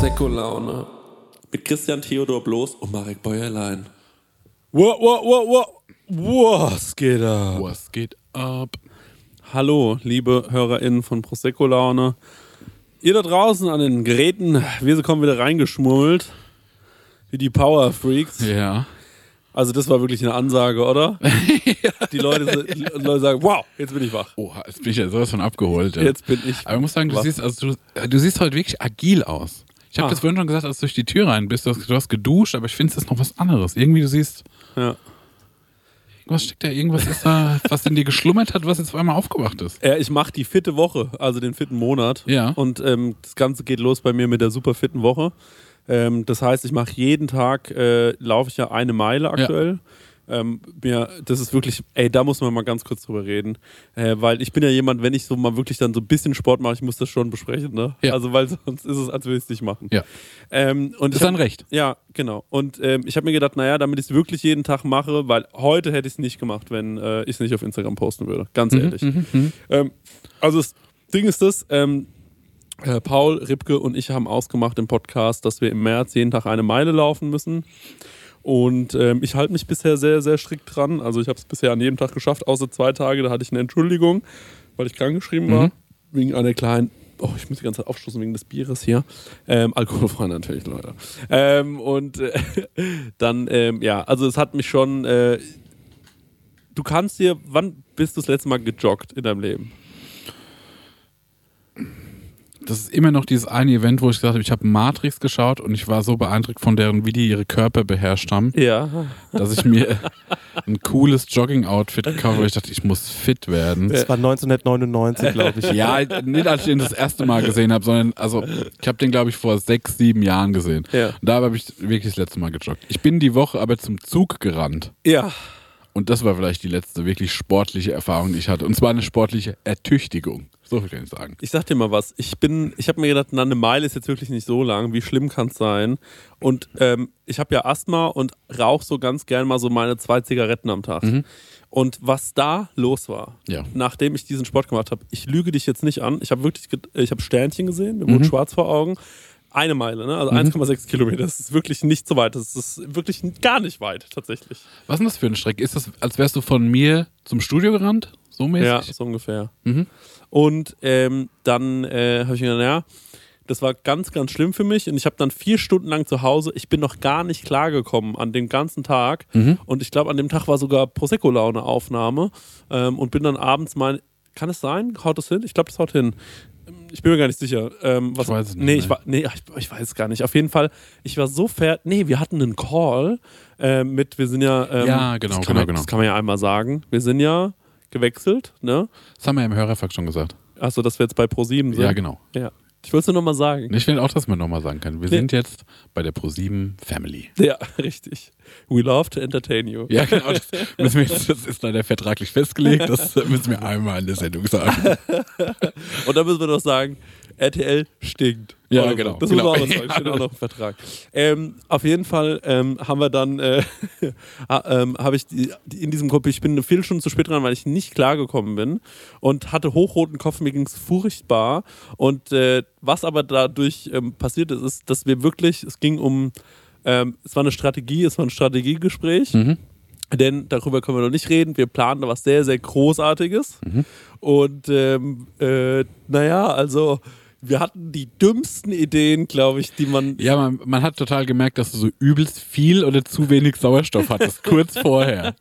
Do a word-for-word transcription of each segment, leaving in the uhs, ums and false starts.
Prosecco-Laune mit Christian Theodor Bloß und Marek Bäuerlein. Wow, wow, wow, wow. Was geht ab? Was geht ab? Hallo, liebe HörerInnen von Prosecco-Laune. Ihr da draußen an den Geräten, wir kommen wieder reingeschmummelt. Wie die Power-Freaks. Ja. Also das war wirklich eine Ansage, oder? ja. Die Leute, die Leute sagen, wow, jetzt bin ich wach. Oh, jetzt bin ich ja sowas von abgeholt. Ja. Jetzt bin ich Aber ich muss sagen, du wach. siehst, also du, du siehst heute wirklich agil aus. Ich habe Ah. das vorhin schon gesagt, als du durch die Tür rein bist. Du hast, du hast geduscht, aber ich finde, es ist noch was anderes. Irgendwie, du siehst, Ja. irgendwas steckt da, irgendwas ist da, was in dir geschlummert hat, was jetzt auf einmal aufgewacht ist. Ja, ich mache die fitte Woche, also den fitten Monat. Ja. Und ähm, das Ganze geht los bei mir mit der super fitten Woche. Ähm, das heißt, ich mache jeden Tag, äh, laufe ich ja eine Meile aktuell. Ähm, mir, das ist wirklich, ey, da muss man mal ganz kurz drüber reden. Äh, weil ich bin ja jemand, wenn ich so mal wirklich dann so ein bisschen Sport mache, ich muss das schon besprechen, ne? Ja. Also, weil sonst ist es, als würde ich es nicht machen. Ja. Ähm, und Das ich ist dann hab, recht. Ja, genau. Und ähm, ich habe mir gedacht, naja, damit ich es wirklich jeden Tag mache, weil heute hätte ich es nicht gemacht, wenn äh, ich es nicht auf Instagram posten würde. Ganz ehrlich. Mhm, mhm. Ähm, also das Ding ist das, ähm, äh, Paul, Ripke und ich haben ausgemacht im Podcast, dass wir im März jeden Tag eine Meile laufen müssen. Und ähm, ich halte mich bisher sehr, sehr strikt dran. Also ich habe es bisher an jedem Tag geschafft, außer zwei Tage, da hatte ich eine Entschuldigung, weil ich krankgeschrieben war. Mhm. Wegen einer kleinen, oh, ich muss die ganze Zeit aufstoßen wegen des Bieres hier. Ähm, alkoholfrei natürlich, Leute. Ähm, und äh, dann, ähm, ja, also es hat mich schon, äh, du kannst dir, wann bist du das letzte Mal gejoggt in deinem Leben? Das ist immer noch dieses eine Event, wo ich gesagt habe, ich habe Matrix geschaut und ich war so beeindruckt von deren, wie die ihre Körper beherrscht haben, Ja. dass ich mir ein cooles Jogging-Outfit gekauft habe, weil ich dachte, ich muss fit werden. Das war neunzehnhundertneunundneunzig, glaube ich. Ja, nicht als ich den das erste Mal gesehen habe, sondern also ich habe den, glaube ich, vor sechs, sieben Jahren gesehen. Ja. Und da habe ich wirklich das letzte Mal gejoggt. Ich bin die Woche aber zum Zug gerannt. Ja. Und das war vielleicht die letzte wirklich sportliche Erfahrung, die ich hatte. Und zwar eine sportliche Ertüchtigung. So viel kann ich sagen. Ich sag dir mal was. Ich bin, ich habe mir gedacht, na, eine Meile ist jetzt wirklich nicht so lang. Wie schlimm kann es sein? Und ähm, ich habe ja Asthma und rauche so ganz gern mal so meine zwei Zigaretten am Tag. Mhm. Und was da los war, Ja. nachdem ich diesen Sport gemacht habe, ich lüge dich jetzt nicht an. Ich habe wirklich, ge- ich habe Sternchen gesehen, mir wurde schwarz vor Augen. Eine Meile, ne? Also eins Komma sechs Kilometer. Das ist wirklich nicht so weit. Das ist wirklich gar nicht weit, tatsächlich. Was ist denn das für eine Strecke? Ist das, als wärst du von mir zum Studio gerannt? So mäßig? Ja, so ungefähr. Mhm. Und ähm, dann äh, habe ich mir gedacht, naja, das war ganz, ganz schlimm für mich. Und ich habe dann vier Stunden lang zu Hause, ich bin noch gar nicht klargekommen an dem ganzen Tag. Mhm. Und ich glaube, an dem Tag war sogar Prosecco-Laune-Aufnahme. Ähm, und bin dann abends mal, kann es sein? Haut das hin? Ich glaube, das haut hin. Ich bin mir gar nicht sicher. Ähm, was, Ich weiß es nicht, Nee, ne? ich, war, nee ich, ich weiß es gar nicht. Auf jeden Fall, ich war so fertig. Nee, wir hatten einen Call äh, mit, wir sind ja. Ähm, Ja, genau, das kann genau, man, genau. Das kann man ja einmal sagen. Wir sind ja gewechselt, ne? Das haben wir im Hörerfuck schon gesagt. Achso, dass wir jetzt bei ProSieben sind. Ja, genau. Ja. Ich wollte es nur nochmal sagen. Ich will auch, dass man nochmal sagen kann. Wir Nee. sind jetzt bei der ProSieben Family. Ja, richtig. We love to entertain you. Ja, genau. Das, müssen wir jetzt, das ist leider vertraglich festgelegt. Das müssen wir einmal in der Sendung sagen. Und dann müssen wir noch sagen, R T L stinkt. Ja, Oder so. genau. Das Genau. muss man auch noch sagen. Steht auch noch im Vertrag. Ähm, auf jeden Fall ähm, haben wir dann, äh, ähm, habe ich die, die, in diesem Kopf, ich bin eine Viertelstunde zu spät dran, weil ich nicht klargekommen bin und hatte hochroten Kopf, mir ging es furchtbar. Und äh, was aber dadurch ähm, passiert ist, ist, dass wir wirklich, es ging um, ähm, es war eine Strategie, es war ein Strategiegespräch. Mhm. Denn darüber können wir noch nicht reden. Wir planen da was sehr, sehr Großartiges. Mhm. Und ähm, äh, naja, also wir hatten die dümmsten Ideen, glaube ich, die man... Ja, man, man hat total gemerkt, dass du so übelst viel oder zu wenig Sauerstoff hattest, kurz vorher.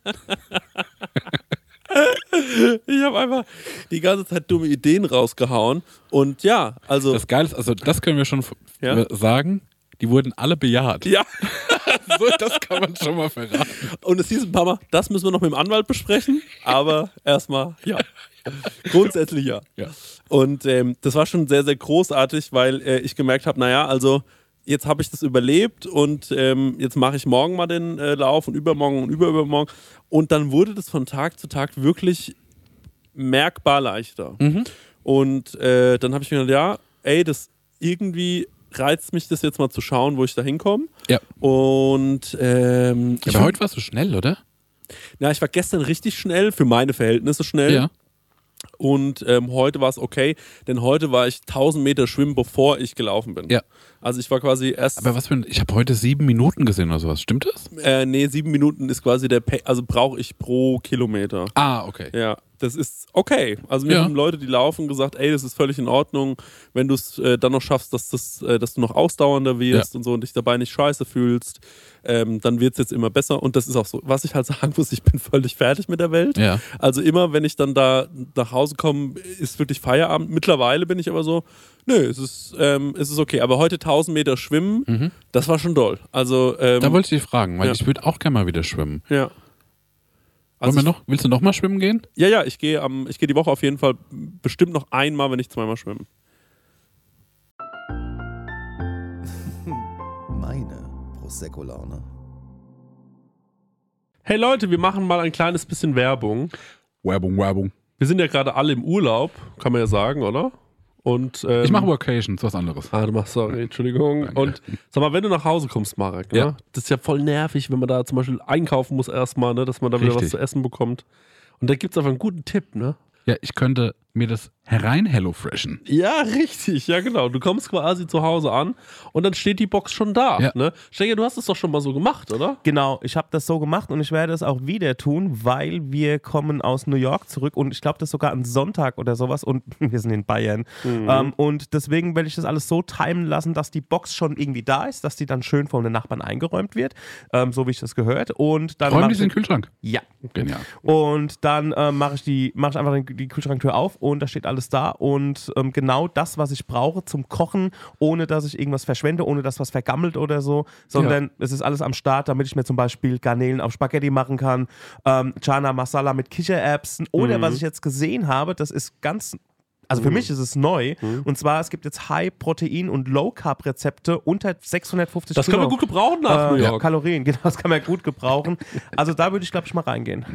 Ich habe einfach die ganze Zeit dumme Ideen rausgehauen. Und ja, also... Das Geile ist, also das können wir schon f- Ja? sagen, die wurden alle bejaht. ja, So, das kann man schon mal verraten. und es hieß ein paar Mal, das müssen wir noch mit dem Anwalt besprechen. Aber erstmal, ja. Grundsätzlich ja. Ja. Und ähm, das war schon sehr, sehr großartig, weil äh, ich gemerkt habe, naja, also jetzt habe ich das überlebt und ähm, jetzt mache ich morgen mal den äh, Lauf und übermorgen und überübermorgen. Und dann wurde das von Tag zu Tag wirklich merkbar leichter. Mhm. Und äh, dann habe ich mir gedacht, ja, ey, das irgendwie reizt mich das jetzt mal zu schauen, wo ich da hinkomme. Ja. Und ähm, ich Aber heute warst du schnell, oder? ja, ich war gestern richtig schnell, für meine Verhältnisse schnell. Ja. und ähm, heute war es okay, denn heute war ich tausend Meter schwimmen, bevor ich gelaufen bin. Ja. Also ich war quasi erst... Aber was für ein, ich habe heute sieben Minuten gesehen oder sowas, stimmt das? Äh, nee, sieben Minuten ist quasi der, Pe- also brauche ich pro Kilometer. Ah, okay. Ja, das ist okay. Also mir Ja. haben Leute, die laufen, gesagt, ey, das ist völlig in Ordnung, wenn du es äh, dann noch schaffst, dass, das, äh, dass du noch ausdauernder wirst Ja. und so und dich dabei nicht scheiße fühlst, ähm, dann wird es jetzt immer besser. Und das ist auch so, was ich halt sagen muss, ich bin völlig fertig mit der Welt. Ja. Also immer, wenn ich dann da nach Hause komme, ist wirklich Feierabend. Mittlerweile bin ich aber so, nö, es ist, ähm, es ist okay. Aber heute tausend Meter schwimmen, Mhm. das war schon doll. Also, ähm, Da wollte ich dich fragen, weil ja. ich würde auch gerne mal wieder schwimmen. ja. Wollen Also wir noch, willst du noch mal schwimmen gehen? Ja, ja, ich gehe am, ich gehe die Woche auf jeden Fall bestimmt noch einmal, wenn nicht zweimal schwimmen. Meine Prosecco-Laune. Hey Leute, wir machen mal ein kleines bisschen Werbung. Werbung, Werbung. Wir sind ja gerade alle im Urlaub, kann man ja sagen, oder? Und, ähm, Ich mache Workations, was anderes. Ah, du machst, sorry, Entschuldigung. Danke. Und sag mal, wenn du nach Hause kommst, Marek, ne? Ja. Das ist ja voll nervig, wenn man da zum Beispiel einkaufen muss erstmal, ne? Dass man da wieder was Richtig. zu essen bekommt. Und da gibt es einfach einen guten Tipp, ne? Ja, ich könnte mir das herein HelloFreshen. Ja, richtig, ja genau. Du kommst quasi zu Hause an und dann steht die Box schon da. Ja. Ne? Stenger, du hast es doch schon mal so gemacht, oder? Genau, ich habe das so gemacht und ich werde es auch wieder tun, weil wir kommen aus New York zurück und ich glaube, das ist sogar ein Sonntag oder sowas und wir sind in Bayern. Mhm. Ähm, und deswegen werde ich das alles so timen lassen, dass die Box schon irgendwie da ist, dass die dann schön von den Nachbarn eingeräumt wird, ähm, so wie ich das gehört. Und dann Räum mach die ich in den Kühlschrank. Ja. Genial. Und dann ähm, mache ich, die, mach ich einfach die, die Kühlschranktür auf und da steht alles da und ähm, genau das, was ich brauche zum Kochen, ohne dass ich irgendwas verschwende, ohne dass was vergammelt oder so, sondern es ist alles am Start, damit ich mir zum Beispiel Garnelen auf Spaghetti machen kann, ähm, Chana Masala mit Kichererbsen oder Mhm. was ich jetzt gesehen habe, das ist ganz... Also für mich ist es neu. Und zwar, es gibt jetzt High-Protein- und Low-Carb-Rezepte unter sechshundertfünfzig Das können wir gut gebrauchen nach New äh, York. Kalorien. Genau, das kann man gut gebrauchen. Also da würde ich, glaube ich, mal reingehen.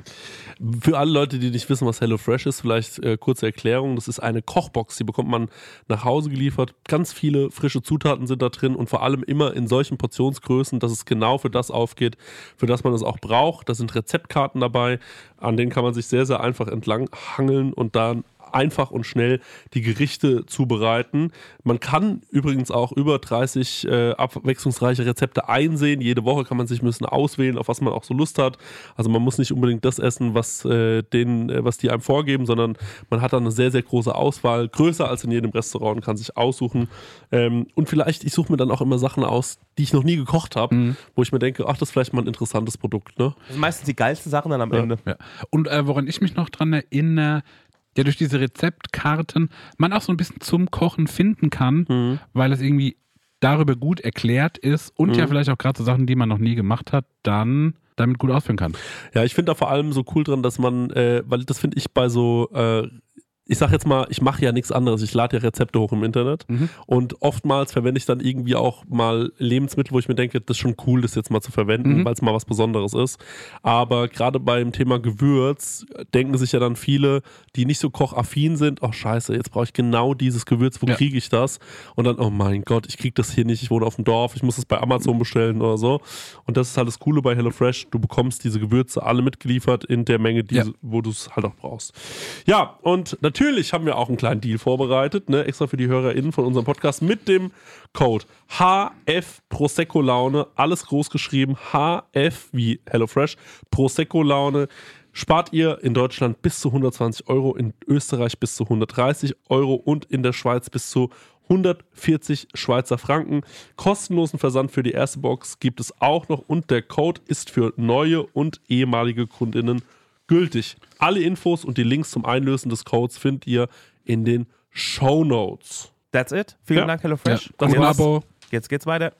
Für alle Leute, die nicht wissen, was HelloFresh ist, vielleicht äh, kurze Erklärung. Das ist eine Kochbox, die bekommt man nach Hause geliefert. Ganz viele frische Zutaten sind da drin und vor allem immer in solchen Portionsgrößen, dass es genau für das aufgeht, für das man es auch braucht. Da sind Rezeptkarten dabei, an denen kann man sich sehr, sehr einfach entlang hangeln und dann einfach und schnell die Gerichte zubereiten. Man kann übrigens auch über dreißig äh, abwechslungsreiche Rezepte einsehen. Jede Woche kann man sich ein bisschen auswählen, auf was man auch so Lust hat. Also man muss nicht unbedingt das essen, was, äh, den, äh, was die einem vorgeben, sondern man hat dann eine sehr, sehr große Auswahl, größer als in jedem Restaurant und kann sich aussuchen. Ähm, und vielleicht, ich suche mir dann auch immer Sachen aus, die ich noch nie gekocht habe, Mhm. wo ich mir denke, ach, das ist vielleicht mal ein interessantes Produkt. Ne? Das sind meistens die geilsten Sachen dann am Ja. Ende. Ja. Und äh, woran ich mich noch dran erinnere, ja, durch diese Rezeptkarten man auch so ein bisschen zum Kochen finden kann, Mhm. weil es irgendwie darüber gut erklärt ist und ja Mhm. vielleicht auch gerade so Sachen, die man noch nie gemacht hat, dann damit gut ausführen kann. Ja, ich finde da vor allem so cool dran, dass man, äh, weil das finde ich bei so, äh, ich sag jetzt mal, ich mache ja nichts anderes, ich lade ja Rezepte hoch im Internet Mhm. und oftmals verwende ich dann irgendwie auch mal Lebensmittel, wo ich mir denke, das ist schon cool, das jetzt mal zu verwenden, Mhm. weil es mal was Besonderes ist. Aber gerade beim Thema Gewürz denken sich ja dann viele, die nicht so kochaffin sind, oh scheiße, jetzt brauche ich genau dieses Gewürz, wo Ja. kriege ich das? Und dann, oh mein Gott, ich kriege das hier nicht, ich wohne auf dem Dorf, ich muss es bei Amazon bestellen oder so. Und das ist halt das Coole bei HelloFresh, du bekommst diese Gewürze alle mitgeliefert in der Menge, die, Ja. wo du es halt auch brauchst. Ja, und natürlich haben wir auch einen kleinen Deal vorbereitet, ne, extra für die HörerInnen von unserem Podcast mit dem Code H F Prosecco Laune, alles groß geschrieben, H F wie HelloFresh, Prosecco Laune. Spart ihr in Deutschland bis zu hundertzwanzig Euro, in Österreich bis zu hundertdreißig Euro und in der Schweiz bis zu hundertvierzig Schweizer Franken. Kostenlosen Versand für die erste Box gibt es auch noch und der Code ist für neue und ehemalige KundInnen gültig. Alle Infos und die Links zum Einlösen des Codes findet ihr in den Shownotes. That's it. Vielen Ja. Dank, HelloFresh. Ja. Das Und ein war's. Abo. Jetzt geht's weiter.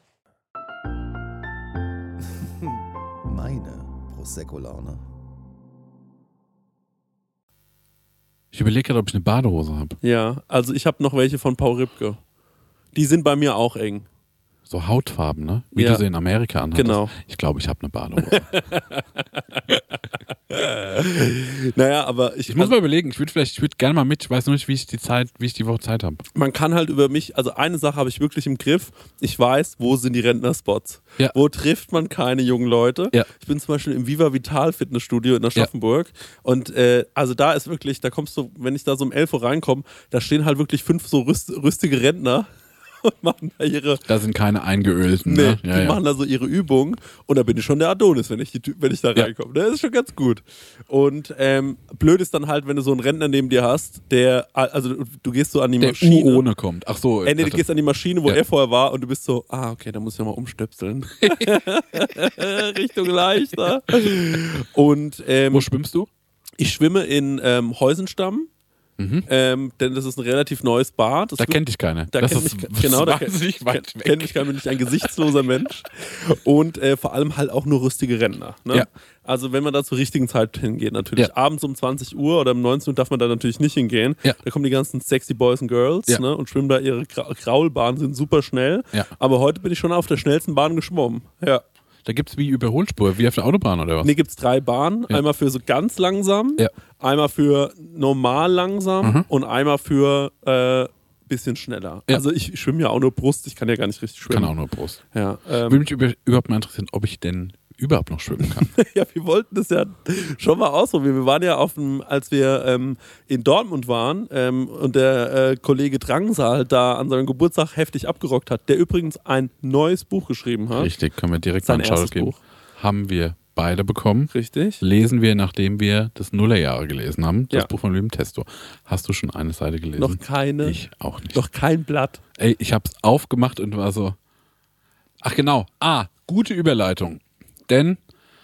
Meine Prosecco-Laune. Ich überlege gerade, ob ich eine Badehose habe. Ja, also ich habe noch welche von Paul Ripke. Die sind bei mir auch eng. so Hautfarben, ne? Wie Ja. du sie in Amerika anhattest. Genau. Ich glaube, ich habe eine Badehose. Naja, aber ich, Ich muss also, mal überlegen, ich würde vielleicht, ich würde gerne mal mit, ich weiß nur nicht, wie ich die Zeit, wie ich die Woche Zeit habe. man kann halt über mich, also eine Sache habe ich wirklich im Griff. Ich weiß, wo sind die Rentnerspots? Ja. Wo trifft man keine jungen Leute? Ja. Ich bin zum Beispiel im Viva Vital Fitnessstudio in Aschaffenburg und äh, also da ist wirklich, da kommst du, wenn ich da so um elf Uhr reinkomme, da stehen halt wirklich fünf so rüst, rüstige Rentner und machen da ihre, Da sind keine eingeölten, nee, ne? die Ja, ja. machen da so ihre Übungen und da bin ich schon der Adonis, wenn ich, die, wenn ich da Ja. reinkomme. Das ist schon ganz gut. Und ähm, blöd ist dann halt, wenn du so einen Rentner neben dir hast, der, also du, du gehst so an die Der Maschine. U ohne kommt. Ach so. Äh, nee, du dachte- gehst an die Maschine, wo Ja. er vorher war und du bist so, ah, okay, da muss ich nochmal umstöpseln. Richtung leichter. Und ähm, Wo schwimmst du? ich schwimme in ähm, Heusenstamm, Mhm. ähm, denn das ist ein relativ neues Bad. Das Da wird- kennt dich keiner. da das kennt ist mich, genau, da wahnsinnig weit weg. kennt mich keiner, bin ich ein gesichtsloser Mensch. Und äh, vor allem halt auch nur rüstige Rentner. Ne? Ja. Also wenn man da zur richtigen Zeit hingeht, natürlich. Ja. Abends um zwanzig Uhr oder um neunzehn Uhr darf man da natürlich nicht hingehen. Ja. Da kommen die ganzen sexy Boys and Girls Ja. ne, und schwimmen da ihre Gra Graulbahnen, sind super schnell. Ja. Aber heute bin ich schon auf der schnellsten Bahn geschwommen. Ja. Da gibt es wie Überholspur, wie auf der Autobahn oder was? Nee, gibt es drei Bahnen. Ja. Einmal für so ganz langsam, Ja. einmal für normal langsam Mhm. und einmal für äh, bisschen schneller. Ja. Also ich schwimme ja auch nur Brust, ich kann ja gar nicht richtig schwimmen. Kann auch nur Brust. Ja, Würde ähm, mich über, überhaupt mal interessieren, ob ich denn überhaupt noch schwimmen kann. ja, wir wollten das ja schon mal ausprobieren. Wir waren ja auf dem, als wir ähm, in Dortmund waren ähm, und der äh, Kollege Drangsal da an seinem Geburtstag heftig abgerockt hat, der übrigens ein neues Buch geschrieben hat. Richtig, können wir direkt Sein mal einen Shoutout erstes geben. Buch. Haben wir beide bekommen. Richtig. Lesen wir, nachdem wir das Nullerjahre gelesen haben. Das Ja. Buch von William Testo. Hast du schon eine Seite gelesen? Noch keine, Ich auch nicht. noch kein Blatt. Ey, ich hab's aufgemacht und war so. Ach genau. Ah, gute Überleitung. Denn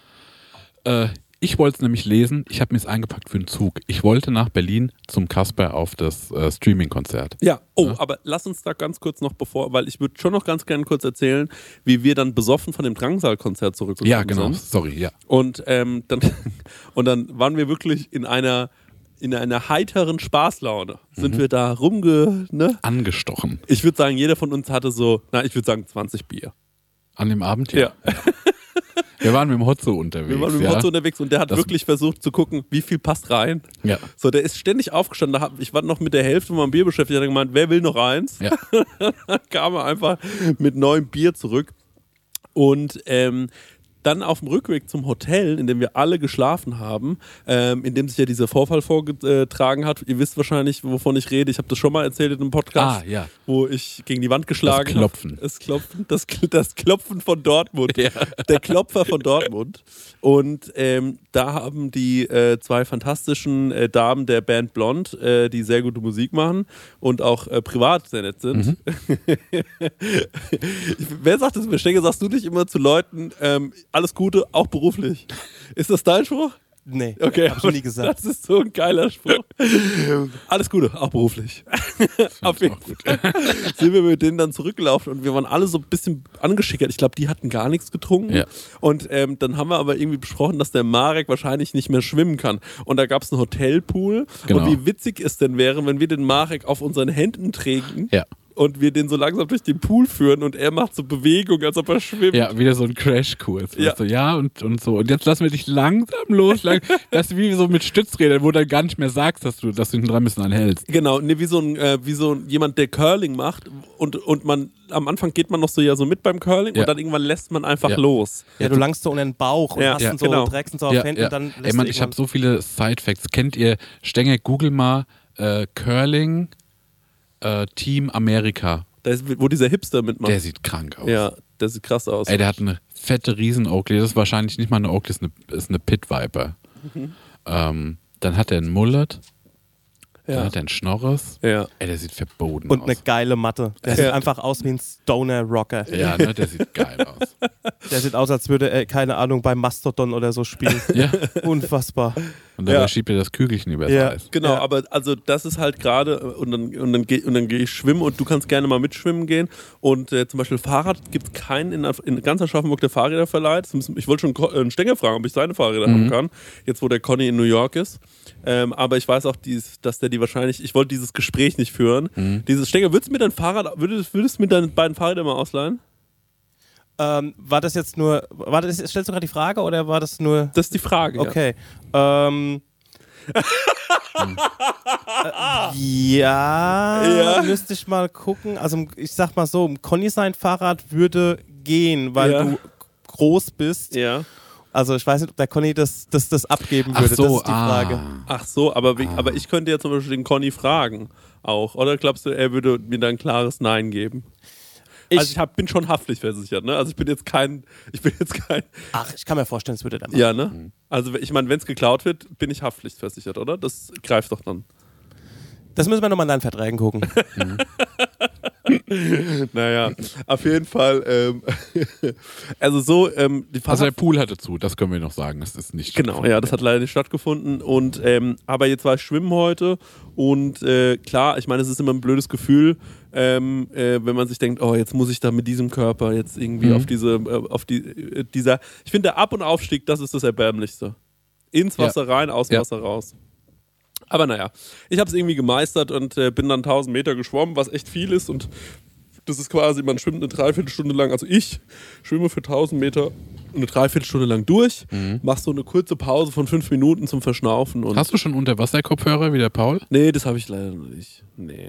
äh, ich wollte es nämlich lesen. Ich habe mir es eingepackt für einen Zug. Ich wollte nach Berlin zum Kasper auf das äh, Streaming-Konzert. Ja, oh, Ja. aber lass uns da ganz kurz noch bevor, weil ich würde schon noch ganz gerne kurz erzählen, wie wir dann besoffen von dem Drangsal-Konzert zurückgekommen Ja, genau. sind. Sorry, ja. Und, ähm, dann, und dann waren wir wirklich in einer, in einer heiteren Spaßlaune. Sind Mhm. wir da rumge... Ne? Angestochen. Ich würde sagen, jeder von uns hatte so, na, ich würde sagen zwanzig Bier. An dem Abend? Ja. Wir waren mit dem Hotzo unterwegs. Wir waren mit dem ja. Hotzo unterwegs und der hat Das- wirklich versucht zu gucken, wie viel passt rein. Ja. So, der ist ständig aufgestanden. Da hab, ich war noch mit der Hälfte von meinem Bier beschäftigt. Hat gemeint, wer will noch eins? Ja. Dann kam er einfach mit neuem Bier zurück. Und ähm, dann auf dem Rückweg zum Hotel, in dem wir alle geschlafen haben, ähm, in dem sich ja dieser Vorfall vorgetragen hat. Ihr wisst wahrscheinlich, wovon ich rede. Ich habe das schon mal erzählt in einem Podcast, Ah, ja. wo ich gegen die Wand geschlagen Das Klopfen. habe. Das Klopfen. Das, das Klopfen von Dortmund. Ja. Der Klopfer von Dortmund. Und ähm, da haben die äh, zwei fantastischen äh, Damen der Band Blond, äh, die sehr gute Musik machen und auch äh, privat sehr nett sind. Mhm. Wer sagt das mir? Stenge, sagst du nicht immer zu Leuten, ähm, alles Gute, auch beruflich? Ist das dein Spruch? Nee, Okay, hab ich noch nie gesagt. Das ist so ein geiler Spruch. Alles Gute, auch beruflich. Auf jeden Fall sind wir mit denen dann zurückgelaufen und wir waren alle so ein bisschen angeschickert. Ich glaube, die hatten gar nichts getrunken. Ja. Und ähm, dann haben wir aber irgendwie besprochen, dass der Marek wahrscheinlich nicht mehr schwimmen kann. Und da gab es einen Hotelpool. Genau. Und wie witzig es denn wäre, wenn wir den Marek auf unseren Händen trägen. Ja. Und wir den so langsam durch den Pool führen und er macht so Bewegungen, als ob er schwimmt. Ja, wieder so ein Crashkurs. Ja. Ja. So, ja, und, und so. Und jetzt lassen wir dich langsam los. Lang, das ist wie so mit Stützrädern, wo du dann gar nicht mehr sagst, dass du, dass du hinten dran ein bisschen anhältst. Genau, nee, wie so ein, äh, wie so ein, jemand, der Curling macht und, und man, am Anfang geht man noch so ja so mit beim Curling Ja. und dann irgendwann lässt man einfach Ja. los. Ja, du langst so unter den Bauch und Ja, hast ja, dann so genau. Drecks und so auf Händen und dann lässt Ey, Mann, du ich habe irgendwann- so viele Side-Facts. Kennt ihr, Stenger, google mal äh, Curling äh, Team Amerika. Da ist, wo dieser Hipster mitmacht. Der sieht krank aus. ja, der sieht krass aus. Ey, der hat eine fette Riesen-Oakley. Das ist wahrscheinlich nicht mal eine Oakley, das ist eine, ist eine Pit Viper. Mhm. Ähm, dann hat er einen Mullet. Dann ja. hat er einen Schnorres. ja. Ey, der sieht verboten und aus. eine geile Matte. Der Ja. sieht einfach aus wie ein Stoner-Rocker. Ja, ne, der sieht geil aus. Der sieht aus, als würde er, keine Ahnung, beim Mastodon oder so spielen. Ja. Unfassbar. Und dabei Ja. schiebt er das Kügelchen übers Ja. Eis. Genau, Ja. aber also das ist halt gerade und dann und dann gehe und dann gehe ich schwimmen und du kannst gerne mal mitschwimmen gehen und äh, zum Beispiel Fahrrad gibt es keinen in, in ganz Aschaffenburg, der Fahrräder verleiht. Das müssen- Ich wollte schon Ko- äh, einen Stenger fragen, ob ich seine Fahrräder haben kann, jetzt wo der Conny in New York ist. Ähm, aber ich weiß auch, dies, dass der die wahrscheinlich. Ich wollte dieses Gespräch nicht führen. Dieses Stenger, würdest du mir dein Fahrrad, würdest, würdest du mir deine beiden Fahrräder mal ausleihen? Ähm, war das jetzt nur, war das, stellst du gerade die Frage oder war das nur... Das ist die Frage. Okay. Ja. Ähm, äh, ja, Ja. müsste ich mal gucken. Also ich sag mal so, Conny sein Fahrrad würde gehen, weil Ja. du groß bist. Ja. Also ich weiß nicht, ob der Conny das, das, das abgeben Ach würde. so, das ist die ah. Frage. Ach so, aber, wie, aber ich könnte ja zum Beispiel den Conny fragen auch. Oder glaubst du, er würde mir dann ein klares Nein geben? Ich, also ich hab, bin schon haftpflichtversichert, ne? Also ich bin jetzt kein, ich bin jetzt kein, ach, ich kann mir vorstellen, es würde der machen. ja, ne? Also ich meine, wenn es geklaut wird, bin ich haftpflichtversichert, oder? Das greift doch dann. Das müssen wir nochmal in deinen Verträgen gucken. Naja, auf jeden Fall, ähm, also so, ähm, die Also der Fahrrad- Pool hatte zu, das können wir noch sagen. Das ist nicht Genau, ja, das hat leider nicht stattgefunden. Und ähm, aber jetzt war ich schwimmen heute und äh, klar, ich meine, es ist immer ein blödes Gefühl, ähm, äh, wenn man sich denkt, oh, jetzt muss ich da mit diesem Körper jetzt irgendwie Mhm. auf diese, äh, auf die, äh, dieser. Ich finde, der Ab- und Aufstieg, das ist das Erbärmlichste. Ins Wasser rein, aus dem Ja. Wasser raus. Aber naja, ich habe es irgendwie gemeistert und äh, bin dann tausend Meter geschwommen, was echt viel ist. Und das ist quasi, man schwimmt eine Dreiviertelstunde lang, also ich schwimme für tausend Meter eine Dreiviertelstunde lang durch, mach so eine kurze Pause von fünf Minuten zum Verschnaufen. Und Hast du schon Unterwasserkopfhörer wie der Paul? nee, das habe ich leider noch nicht. Nee.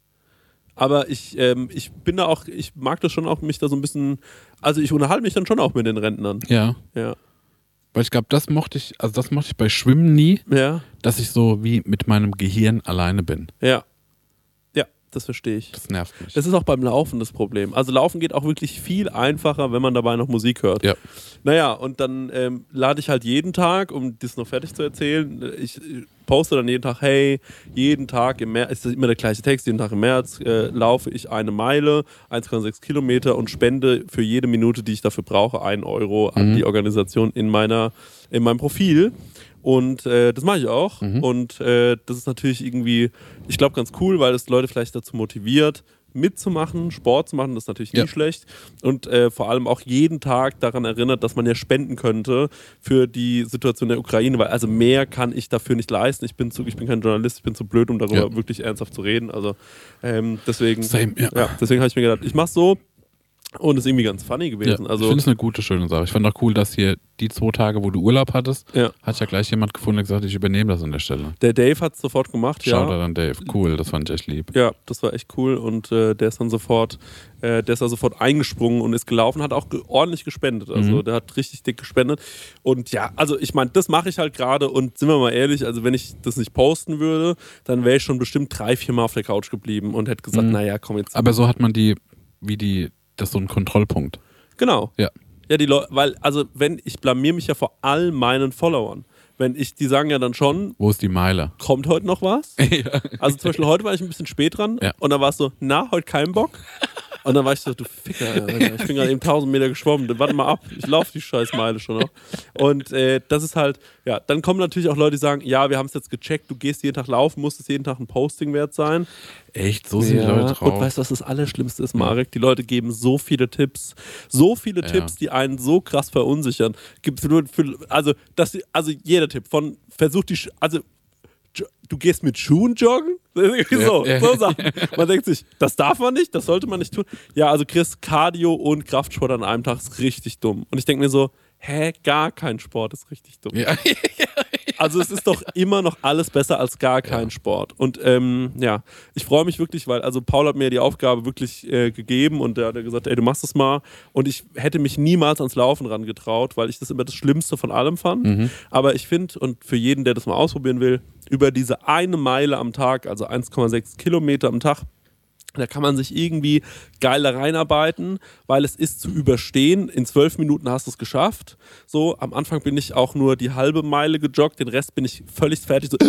Aber ich, ähm, ich bin da auch, ich mag das schon auch, mich da so ein bisschen, also ich unterhalte mich dann schon auch mit den Rentnern. Ja. Ja. Weil ich glaube, das mochte ich, also das mochte ich bei Schwimmen nie, Ja. dass ich so wie mit meinem Gehirn alleine bin. Ja. Ja, das verstehe ich. Das nervt mich. Das ist auch beim Laufen das Problem. Also Laufen geht auch wirklich viel einfacher, wenn man dabei noch Musik hört. Ja. Naja, und dann ähm, lade ich halt jeden Tag, um das noch fertig zu erzählen, ich poste dann jeden Tag, hey, jeden Tag im März, ist das immer der gleiche Text, jeden Tag im März äh, laufe ich eine Meile, eins Komma sechs Kilometer und spende für jede Minute, die ich dafür brauche, einen Euro an Mhm. die Organisation in meiner, in meinem Profil. Und äh, das mache ich auch. Mhm. Und äh, das ist natürlich irgendwie, ich glaube, ganz cool, weil es Leute vielleicht dazu motiviert, mitzumachen, Sport zu machen, das ist natürlich nie Ja. schlecht. Und äh, vor allem auch jeden Tag daran erinnert, dass man ja spenden könnte für die Situation der Ukraine, weil also mehr kann ich dafür nicht leisten. Ich bin, zu, ich bin kein Journalist, ich bin zu blöd, um darüber Ja. wirklich ernsthaft zu reden. Also ähm, deswegen, Same, ja. ja, deswegen habe ich mir gedacht, ich mach's so. Und ist irgendwie ganz funny Ja, gewesen. ich Also finde es eine gute, schöne Sache. Ich fand auch cool, dass hier die zwei Tage, wo du Urlaub hattest, Ja. hat ja gleich jemand gefunden, der gesagt, ich übernehme das an der Stelle. der Dave hat es sofort gemacht, ja. Shoutout an Dave. Cool, das fand ich echt lieb. Ja, das war echt cool und äh, der ist dann sofort, äh, der ist da sofort eingesprungen und ist gelaufen, hat auch ge ordentlich gespendet. Also Mhm. der hat richtig dick gespendet. Und ja, also ich meine, das mache ich halt gerade und sind wir mal ehrlich, also wenn ich das nicht posten würde, dann wäre ich schon bestimmt drei, vier Mal auf der Couch geblieben und hätte gesagt, Mhm. naja, komm jetzt. Aber so hat man die, wie die, das ist so ein Kontrollpunkt. Genau. Ja. Ja, die Leute, weil, also wenn, ich blamier mich ja vor all meinen Followern. Wenn ich, die sagen ja dann schon, Wo ist die Meile? kommt heute noch was? ja. Also zum Beispiel heute war ich ein bisschen spät dran Ja. und dann war es so, na, heute kein Bock. Und dann war ich so, du Ficker, Alter, ich bin gerade eben tausend Meter geschwommen, warte mal ab, ich laufe die scheiß Meile schon noch. Und äh, das ist halt, ja, dann kommen natürlich auch Leute, die sagen, ja, wir haben es jetzt gecheckt, du gehst jeden Tag laufen, muss es jeden Tag ein Posting wert sein. Echt, so sind die Leute drauf. Und weißt du, was das Allerschlimmste ist, Marek? Die Leute geben so viele Tipps, so viele Ja. Tipps, die einen so krass verunsichern. Gibt für, für, also, das, also jeder Tipp von, versuch die, Sch- also jo- du gehst mit Schuhen joggen? So, Ja. so Sachen. Man denkt sich, das darf man nicht, das sollte man nicht tun. Ja, also Chris, Cardio und Kraftsport an einem Tag ist richtig dumm. Und ich denke mir so, hä, gar kein Sport ist richtig dumm. ja. Also es ist doch immer noch alles besser als gar kein Sport. Und ähm, ja, ich freue mich wirklich, weil also Paul hat mir die Aufgabe wirklich äh, gegeben und der hat gesagt, ey, du machst das mal. Und ich hätte mich niemals ans Laufen rangetraut, weil ich das immer das Schlimmste von allem fand. Mhm. Aber ich finde, und für jeden, der das mal ausprobieren will, über diese eine Meile am Tag, also eins Komma sechs Kilometer am Tag, da kann man sich irgendwie geil da reinarbeiten, weil es ist zu überstehen. In zwölf Minuten hast du es geschafft. So, am Anfang bin ich auch nur die halbe Meile gejoggt, den Rest bin ich völlig fertig so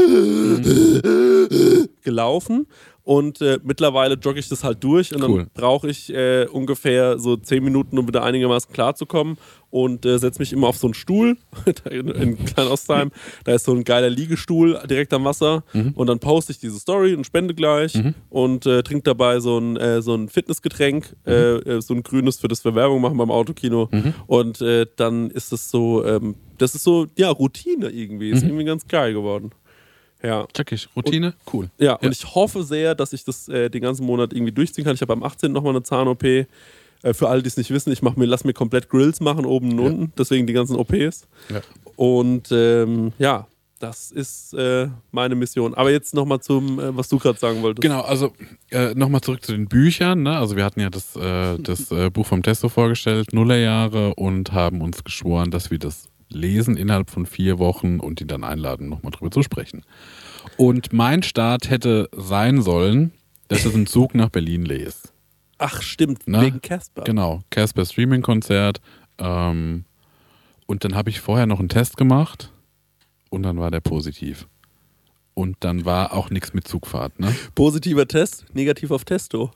gelaufen. Und äh, mittlerweile jogge ich das halt durch und Cool. dann brauche ich äh, ungefähr so zehn Minuten, um wieder einigermaßen klarzukommen und äh, setze mich immer auf so einen Stuhl in, in Klein-Ostheim. Da ist so ein geiler Liegestuhl direkt am Wasser Mhm. und dann poste ich diese Story und spende gleich und äh, trinke dabei so ein, äh, so ein Fitnessgetränk, äh, äh, so ein grünes, für das wir Werbung machen beim Autokino und äh, dann ist es so, ähm, das ist so, ja, Routine irgendwie, ist irgendwie ganz geil geworden. Ja. Check ich. Routine? Cool. Ja, und ich hoffe sehr, dass ich das äh, den ganzen Monat irgendwie durchziehen kann. Ich habe am achtzehnten nochmal eine Zahn-O P. Äh, für alle, die es nicht wissen, ich mach mir, lass mir komplett Grills machen, oben und Ja. unten, deswegen die ganzen O Ps. Ja. Und ähm, ja, das ist äh, meine Mission. Aber jetzt nochmal zum, äh, was du gerade sagen wolltest. Genau, also äh, nochmal zurück zu den Büchern. Ne? Also wir hatten ja das, äh, das äh, Buch vom Testo vorgestellt, Nullerjahre, und haben uns geschworen, dass wir das lesen innerhalb von vier Wochen und ihn dann einladen, nochmal drüber zu sprechen. Und mein Start hätte sein sollen, dass ich einen Zug nach Berlin lese. Ach, stimmt, Na? wegen Casper. Genau, Casper Streaming-Konzert. Ähm, und dann habe ich vorher noch einen Test gemacht und dann war der positiv. Und dann war auch nichts mit Zugfahrt. Ne? Positiver Test, negativ auf Testo.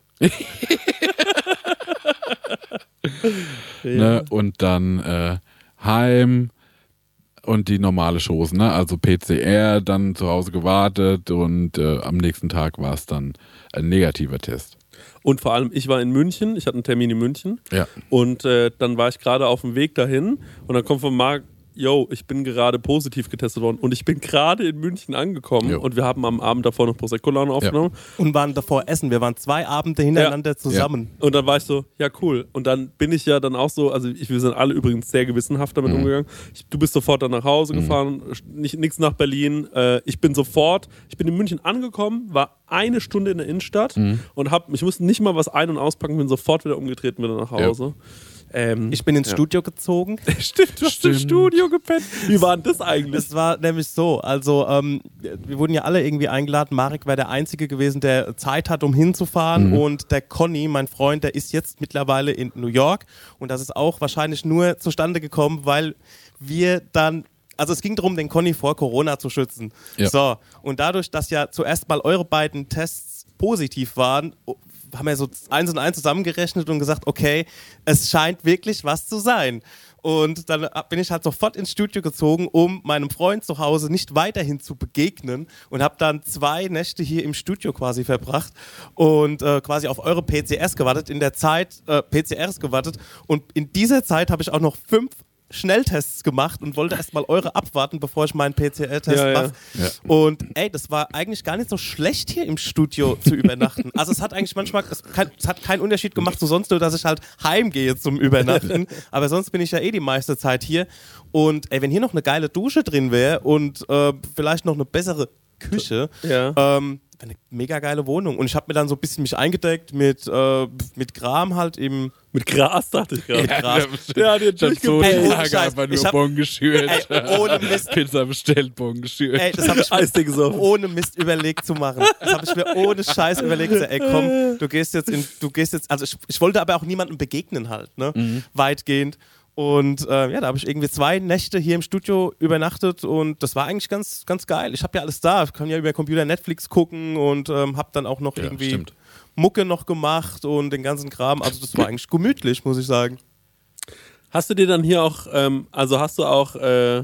Ne? Und dann äh, heim und die normale Chose, ne? Also P C R, dann zu Hause gewartet und äh, am nächsten Tag war es dann ein negativer Test. Und vor allem, ich war in München, ich hatte einen Termin in München. Ja. Und äh, dann war ich gerade auf dem Weg dahin und dann kommt von Marc, yo, ich bin gerade positiv getestet worden und ich bin gerade in München angekommen Jo. und wir haben am Abend davor noch Prosecco-Laune aufgenommen. Und waren davor essen. Wir waren zwei Abende hintereinander zusammen. Und dann war ich so, ja cool. Und dann bin ich ja dann auch so, also ich, wir sind alle übrigens sehr gewissenhaft damit Mhm. umgegangen. Ich, du bist sofort dann nach Hause gefahren, nicht, nichts nach Berlin. Äh, ich bin sofort, ich bin in München angekommen, war eine Stunde in der Innenstadt Mhm. und hab, ich musste nicht mal was ein- und auspacken, bin sofort wieder umgetreten, wieder nach Hause. Ähm, Ich bin ins ja. Studio gezogen. Stimmt, du hast im Stimmt. Studio gepennt. Wie war denn das eigentlich? Es war nämlich so, also ähm, wir wurden ja alle irgendwie eingeladen. Marek war der Einzige gewesen, der Zeit hat, um hinzufahren. Und der Conny, mein Freund, der ist jetzt mittlerweile in New York. Und das ist auch wahrscheinlich nur zustande gekommen, weil wir dann, also es ging darum, den Conny vor Corona zu schützen. Ja. So, und dadurch, dass ja zuerst mal eure beiden Tests positiv waren, haben wir so eins und eins zusammengerechnet und gesagt, okay, es scheint wirklich was zu sein. Und dann bin ich halt sofort ins Studio gezogen, um meinem Freund zu Hause nicht weiterhin zu begegnen und habe dann zwei Nächte hier im Studio quasi verbracht und äh, quasi auf eure P C Rs gewartet, in der Zeit äh, P C Rs gewartet und in dieser Zeit habe ich auch noch fünf Schnelltests gemacht und wollte erstmal eure abwarten, bevor ich meinen P C R-Test Ja, ja. mache. Ja. Und ey, das war eigentlich gar nicht so schlecht, hier im Studio zu übernachten. Also es hat eigentlich manchmal, es, kann, es hat keinen Unterschied gemacht zu sonst, nur dass ich halt heimgehe zum Übernachten. Aber sonst bin ich ja eh die meiste Zeit hier. Und ey, wenn hier noch eine geile Dusche drin wäre und äh, vielleicht noch eine bessere Küche, Ja. ähm, eine mega geile Wohnung. Und ich habe mir dann so ein bisschen mich eingedeckt mit, äh, mit Kram halt im Mit Gras, dachte ich gerade. Mit Gras. Ja, die hat Ich hab so Ey, die ohne Tage Scheiß, einfach ich nur hab- Bon geschürt. Ey, ohne Mist. Pizza bestellt, Bon geschürt. Ey, das habe ich Eistee gesoffen. ohne Mist überlegt zu machen. Das habe ich mir ohne Scheiß überlegt. So, ey, komm, du gehst jetzt in, du gehst jetzt, also ich, ich wollte aber auch niemandem begegnen halt, ne? Mhm. Weitgehend. Und äh, ja, da habe ich irgendwie zwei Nächte hier im Studio übernachtet und das war eigentlich ganz, ganz geil. Ich habe ja alles da. Ich kann ja über Computer Netflix gucken und ähm, habe dann auch noch Ja, irgendwie stimmt. Mucke noch gemacht und den ganzen Kram. Also das war eigentlich gemütlich, muss ich sagen. Hast du dir dann hier auch, ähm, also hast du auch, äh,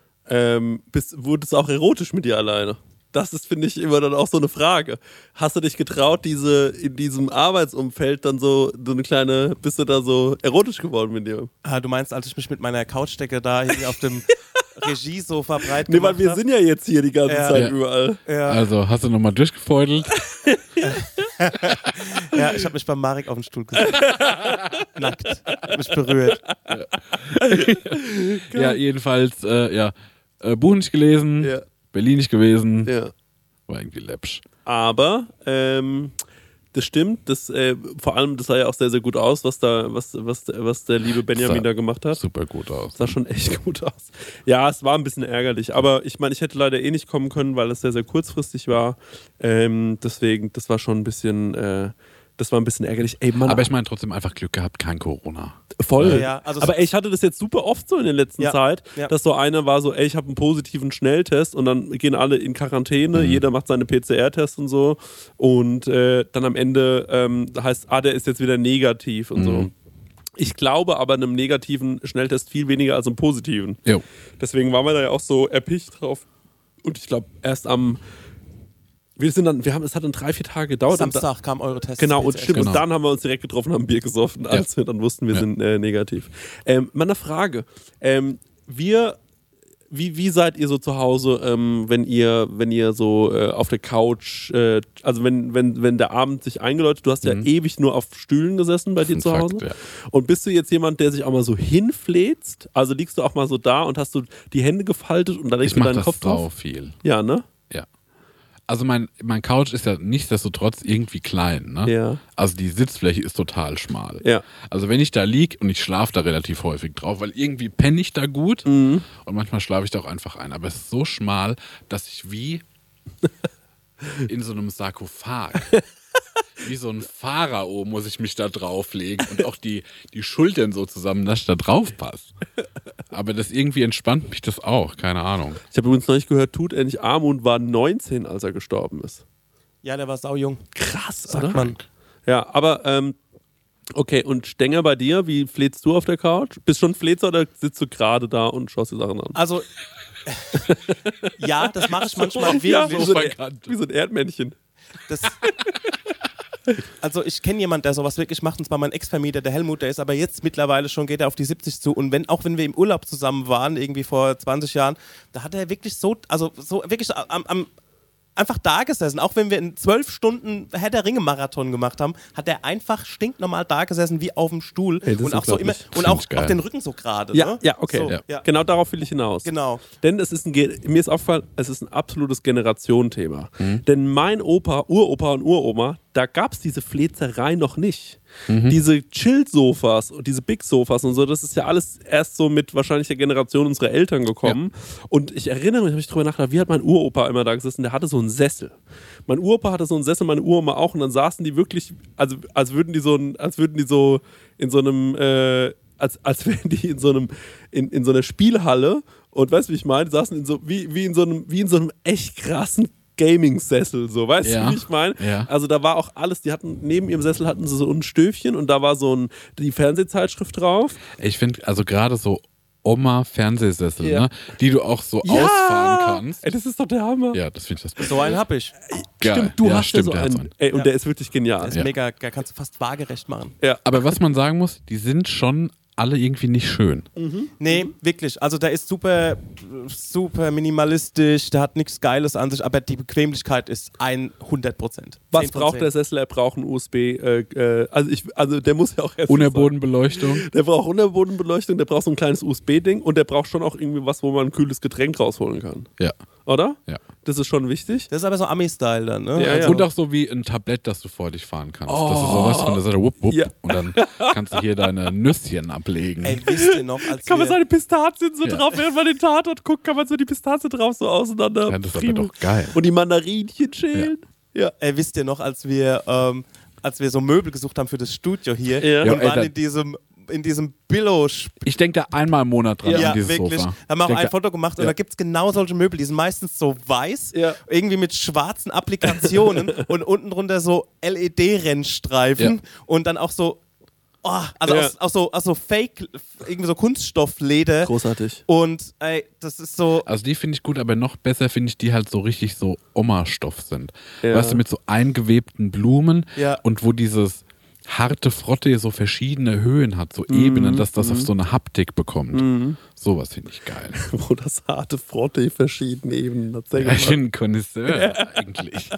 ähm, bist, wurde es auch erotisch mit dir alleine? Das ist, finde ich, immer dann auch so eine Frage. Hast du dich getraut, diese in diesem Arbeitsumfeld dann so, so eine kleine, bist du da so erotisch geworden mit dir? Ah, du meinst, als ich mich mit meiner Couchdecke da irgendwie auf dem Regiesofa breit Nee, weil gemacht wir hab? sind ja jetzt hier die ganze Ja. Zeit Ja. überall. Ja. Also, hast du nochmal durchgefeudelt? Ja, ich habe mich beim Marek auf den Stuhl gesetzt. Nackt. Hab mich berührt. Ja, jedenfalls, äh, ja. Äh, Buch nicht gelesen, Ja. Berlin nicht gewesen, Ja. war irgendwie läppsch. Aber ähm, das stimmt, das, äh, vor allem, das sah ja auch sehr, sehr gut aus, was da, was, was, was der liebe Benjamin Sah da gemacht hat. Super gut aus. Sah schon echt gut aus. Ja, es war ein bisschen ärgerlich, aber ich meine, ich hätte leider eh nicht kommen können, weil es sehr, sehr kurzfristig war. Ähm, deswegen, das war schon ein bisschen, äh, das war ein bisschen ärgerlich. Ey, Mann, Aber ich meine trotzdem einfach Glück gehabt, kein Corona. voll. Ja, ja, also aber ey, ich hatte das jetzt super oft so in der letzten Ja, Zeit, ja. dass so einer war so, ey, ich habe einen positiven Schnelltest und dann gehen alle in Quarantäne, Mhm. jeder macht seine P C R-Tests und so und äh, dann am Ende ähm, heißt, ah, der ist jetzt wieder negativ und so. Mhm. Ich glaube aber einem negativen Schnelltest viel weniger als einem positiven. Jo. Deswegen waren wir da ja auch so erpicht drauf. Und ich glaube, erst am. Wir sind dann, wir haben, es hat dann drei, vier Tage gedauert. Und Samstag kam eure Tests. da, genau, und P C R. stimmt. Genau. Und dann haben wir uns direkt getroffen, haben Bier gesoffen, als wir dann wussten, wir Ja. sind äh, negativ. Ähm, mal eine Frage. Ähm, wir wie, wie seid ihr so zu Hause, ähm, wenn ihr, wenn ihr so äh, auf der Couch, äh, also wenn, wenn, wenn der Abend sich eingeläutet, du hast ja Mhm. ewig nur auf Stühlen gesessen bei dir ein zu Hause. Fakt, ja. Und bist du jetzt jemand, der sich auch mal so hinfläzt? Also liegst du auch mal so da und hast du die Hände gefaltet und dann legst Ich du mach deinen das Kopf sau drauf? viel. Ja, ne? Ja. Also mein, mein Couch ist ja nichtsdestotrotz irgendwie klein, ne? Ja. Also die Sitzfläche ist total schmal. Ja. Also wenn ich da lieg und ich schlafe da relativ häufig drauf, weil irgendwie penne ich da gut Mhm. und manchmal schlafe ich da auch einfach ein. Aber es ist so schmal, dass ich wie in so einem Sarkophag, wie so ein Pharao muss ich mich da drauflegen und auch die, die Schultern so zusammen, dass ich da drauf passe. Aber das irgendwie entspannt mich das auch, keine Ahnung. Ich habe übrigens neulich gehört, Tutank Amund war neunzehn, als er gestorben ist. Ja, der war saujung. Krass, Sagt oder? man. Ja, aber ähm, okay, und Stenger bei dir, wie flätst du auf der Couch? Bist du schon Fläzer oder sitzt du gerade da und schaust die Sachen an? Also, ja, das mache ich manchmal wirklich. ja, wie, so ein, verkannt. wie so ein Erdmännchen. Das, also ich kenne jemanden, der sowas wirklich macht, und zwar mein Ex-Vermieter, der Helmut, der ist aber jetzt mittlerweile schon, geht er auf die siebzig zu, und wenn, auch wenn wir im Urlaub zusammen waren, irgendwie vor zwanzig Jahren, da hat er wirklich so, also so wirklich am, am einfach da gesessen, auch wenn wir in zwölf Stunden Herr der Ringe-Marathon gemacht haben, hat er einfach stinknormal da gesessen, wie auf dem Stuhl, Ey, das und ist auch so immer, unglaublich. und Find auch, ich geil. auch den Rücken so gerade. Ja, ne? ja, okay. So, Ja. ja. Genau darauf will ich hinaus. Genau. Denn es ist ein, Ge- mir ist aufgefallen, es ist ein absolutes Generationenthema. Denn mein Opa, Uropa und Uroma, da gab es diese Fläzerei noch nicht. Diese Chill-Sofas und diese Big-Sofas und so, das ist ja alles erst so mit wahrscheinlich der Generation unserer Eltern gekommen. Und ich erinnere mich, habe ich drüber nachgedacht, wie hat mein Uropa immer da gesessen? Der hatte so einen Sessel. Mein Uropa hatte so einen Sessel, meine Uroma auch, und dann saßen die wirklich, also als würden die so, ein, als würden die so in so einem, äh, als, als wären die in so einem, in, in so einer Spielhalle, und weißt du, wie ich meine? Die saßen in so, wie, wie in so einem, wie in so einem echt krassen Gaming-Sessel, so, weißt Ja. du, wie ich meine? Ja. Also da war auch alles, die hatten, neben ihrem Sessel hatten sie so ein Stöfchen und da war so ein, die Fernsehzeitschrift drauf. Ich finde, also gerade so Oma-Fernsehsessel, Ja. ne, die du auch so ausfahren kannst. Ey, das ist doch der Hammer. Ja, das finde ich das Beste. So einen hab ich. Geil. Stimmt, du ja, hast stimmt, ja so der hat so einen. einen. Ey, und Ja. der ist wirklich genial. Das ist Ja. mega, da kannst du fast waagerecht machen. Aber was man sagen muss, die sind schon alle irgendwie nicht schön. Nee, wirklich. Also der ist super, super minimalistisch, der hat nichts Geiles an sich, aber die Bequemlichkeit ist hundert Prozent. Was braucht der Sessel? Er braucht einen U S B, äh, äh, also, ich, also der muss ja auch erst Unterbodenbeleuchtung. Der braucht Unterbodenbeleuchtung, der braucht so ein kleines U S B-Ding und der braucht schon auch irgendwie was, wo man ein kühles Getränk rausholen kann. Ja. Oder? Ja. Das ist schon wichtig. Das ist aber so Ami-Style dann, ne? Ja, also, ja. Und auch so wie ein Tablett, das du vor dich fahren kannst. Das ist sowas von der Seite, wupp, wupp, Ja. und dann kannst du hier deine Nüsschen ablegen. Ey, wisst ihr noch, als Kann man wir, seine Pistazien so Ja. drauf, während man den Tatort guckt, kann man so die Pistazien drauf so auseinander. Ja, das ist aber primo. doch geil. Und die Mandarinchen schälen. Ja. ey, wisst ihr noch, als wir, ähm, als wir so Möbel gesucht haben für das Studio hier Ja. und Ja, ey, waren da- in diesem, in diesem Billo Ich denke da einmal im Monat dran, Ja, an dieses wirklich. Sofa. Haben wir auch Ich ein denke, Foto gemacht und ja. da gibt es genau solche Möbel. Die sind meistens so weiß, Ja. irgendwie mit schwarzen Applikationen und unten drunter so L E D-Rennstreifen Ja. und dann auch so, oh, also Ja. aus, aus, so, aus so Fake, irgendwie so Kunststoffleder. Großartig. Und ey, das ist so, Also die finde ich gut, aber noch besser finde ich die halt so richtig so Oma-Stoff sind. Ja. Weißt du, mit so eingewebten Blumen Ja. und wo dieses harte Frotte so verschiedene Höhen hat, so Mhm. Ebenen, dass das auf so eine Haptik bekommt. Sowas finde ich geil. Wo das harte Frotte verschiedene Ebenen hat. Sehr Ja, ich gut. bin ein Connoisseur eigentlich.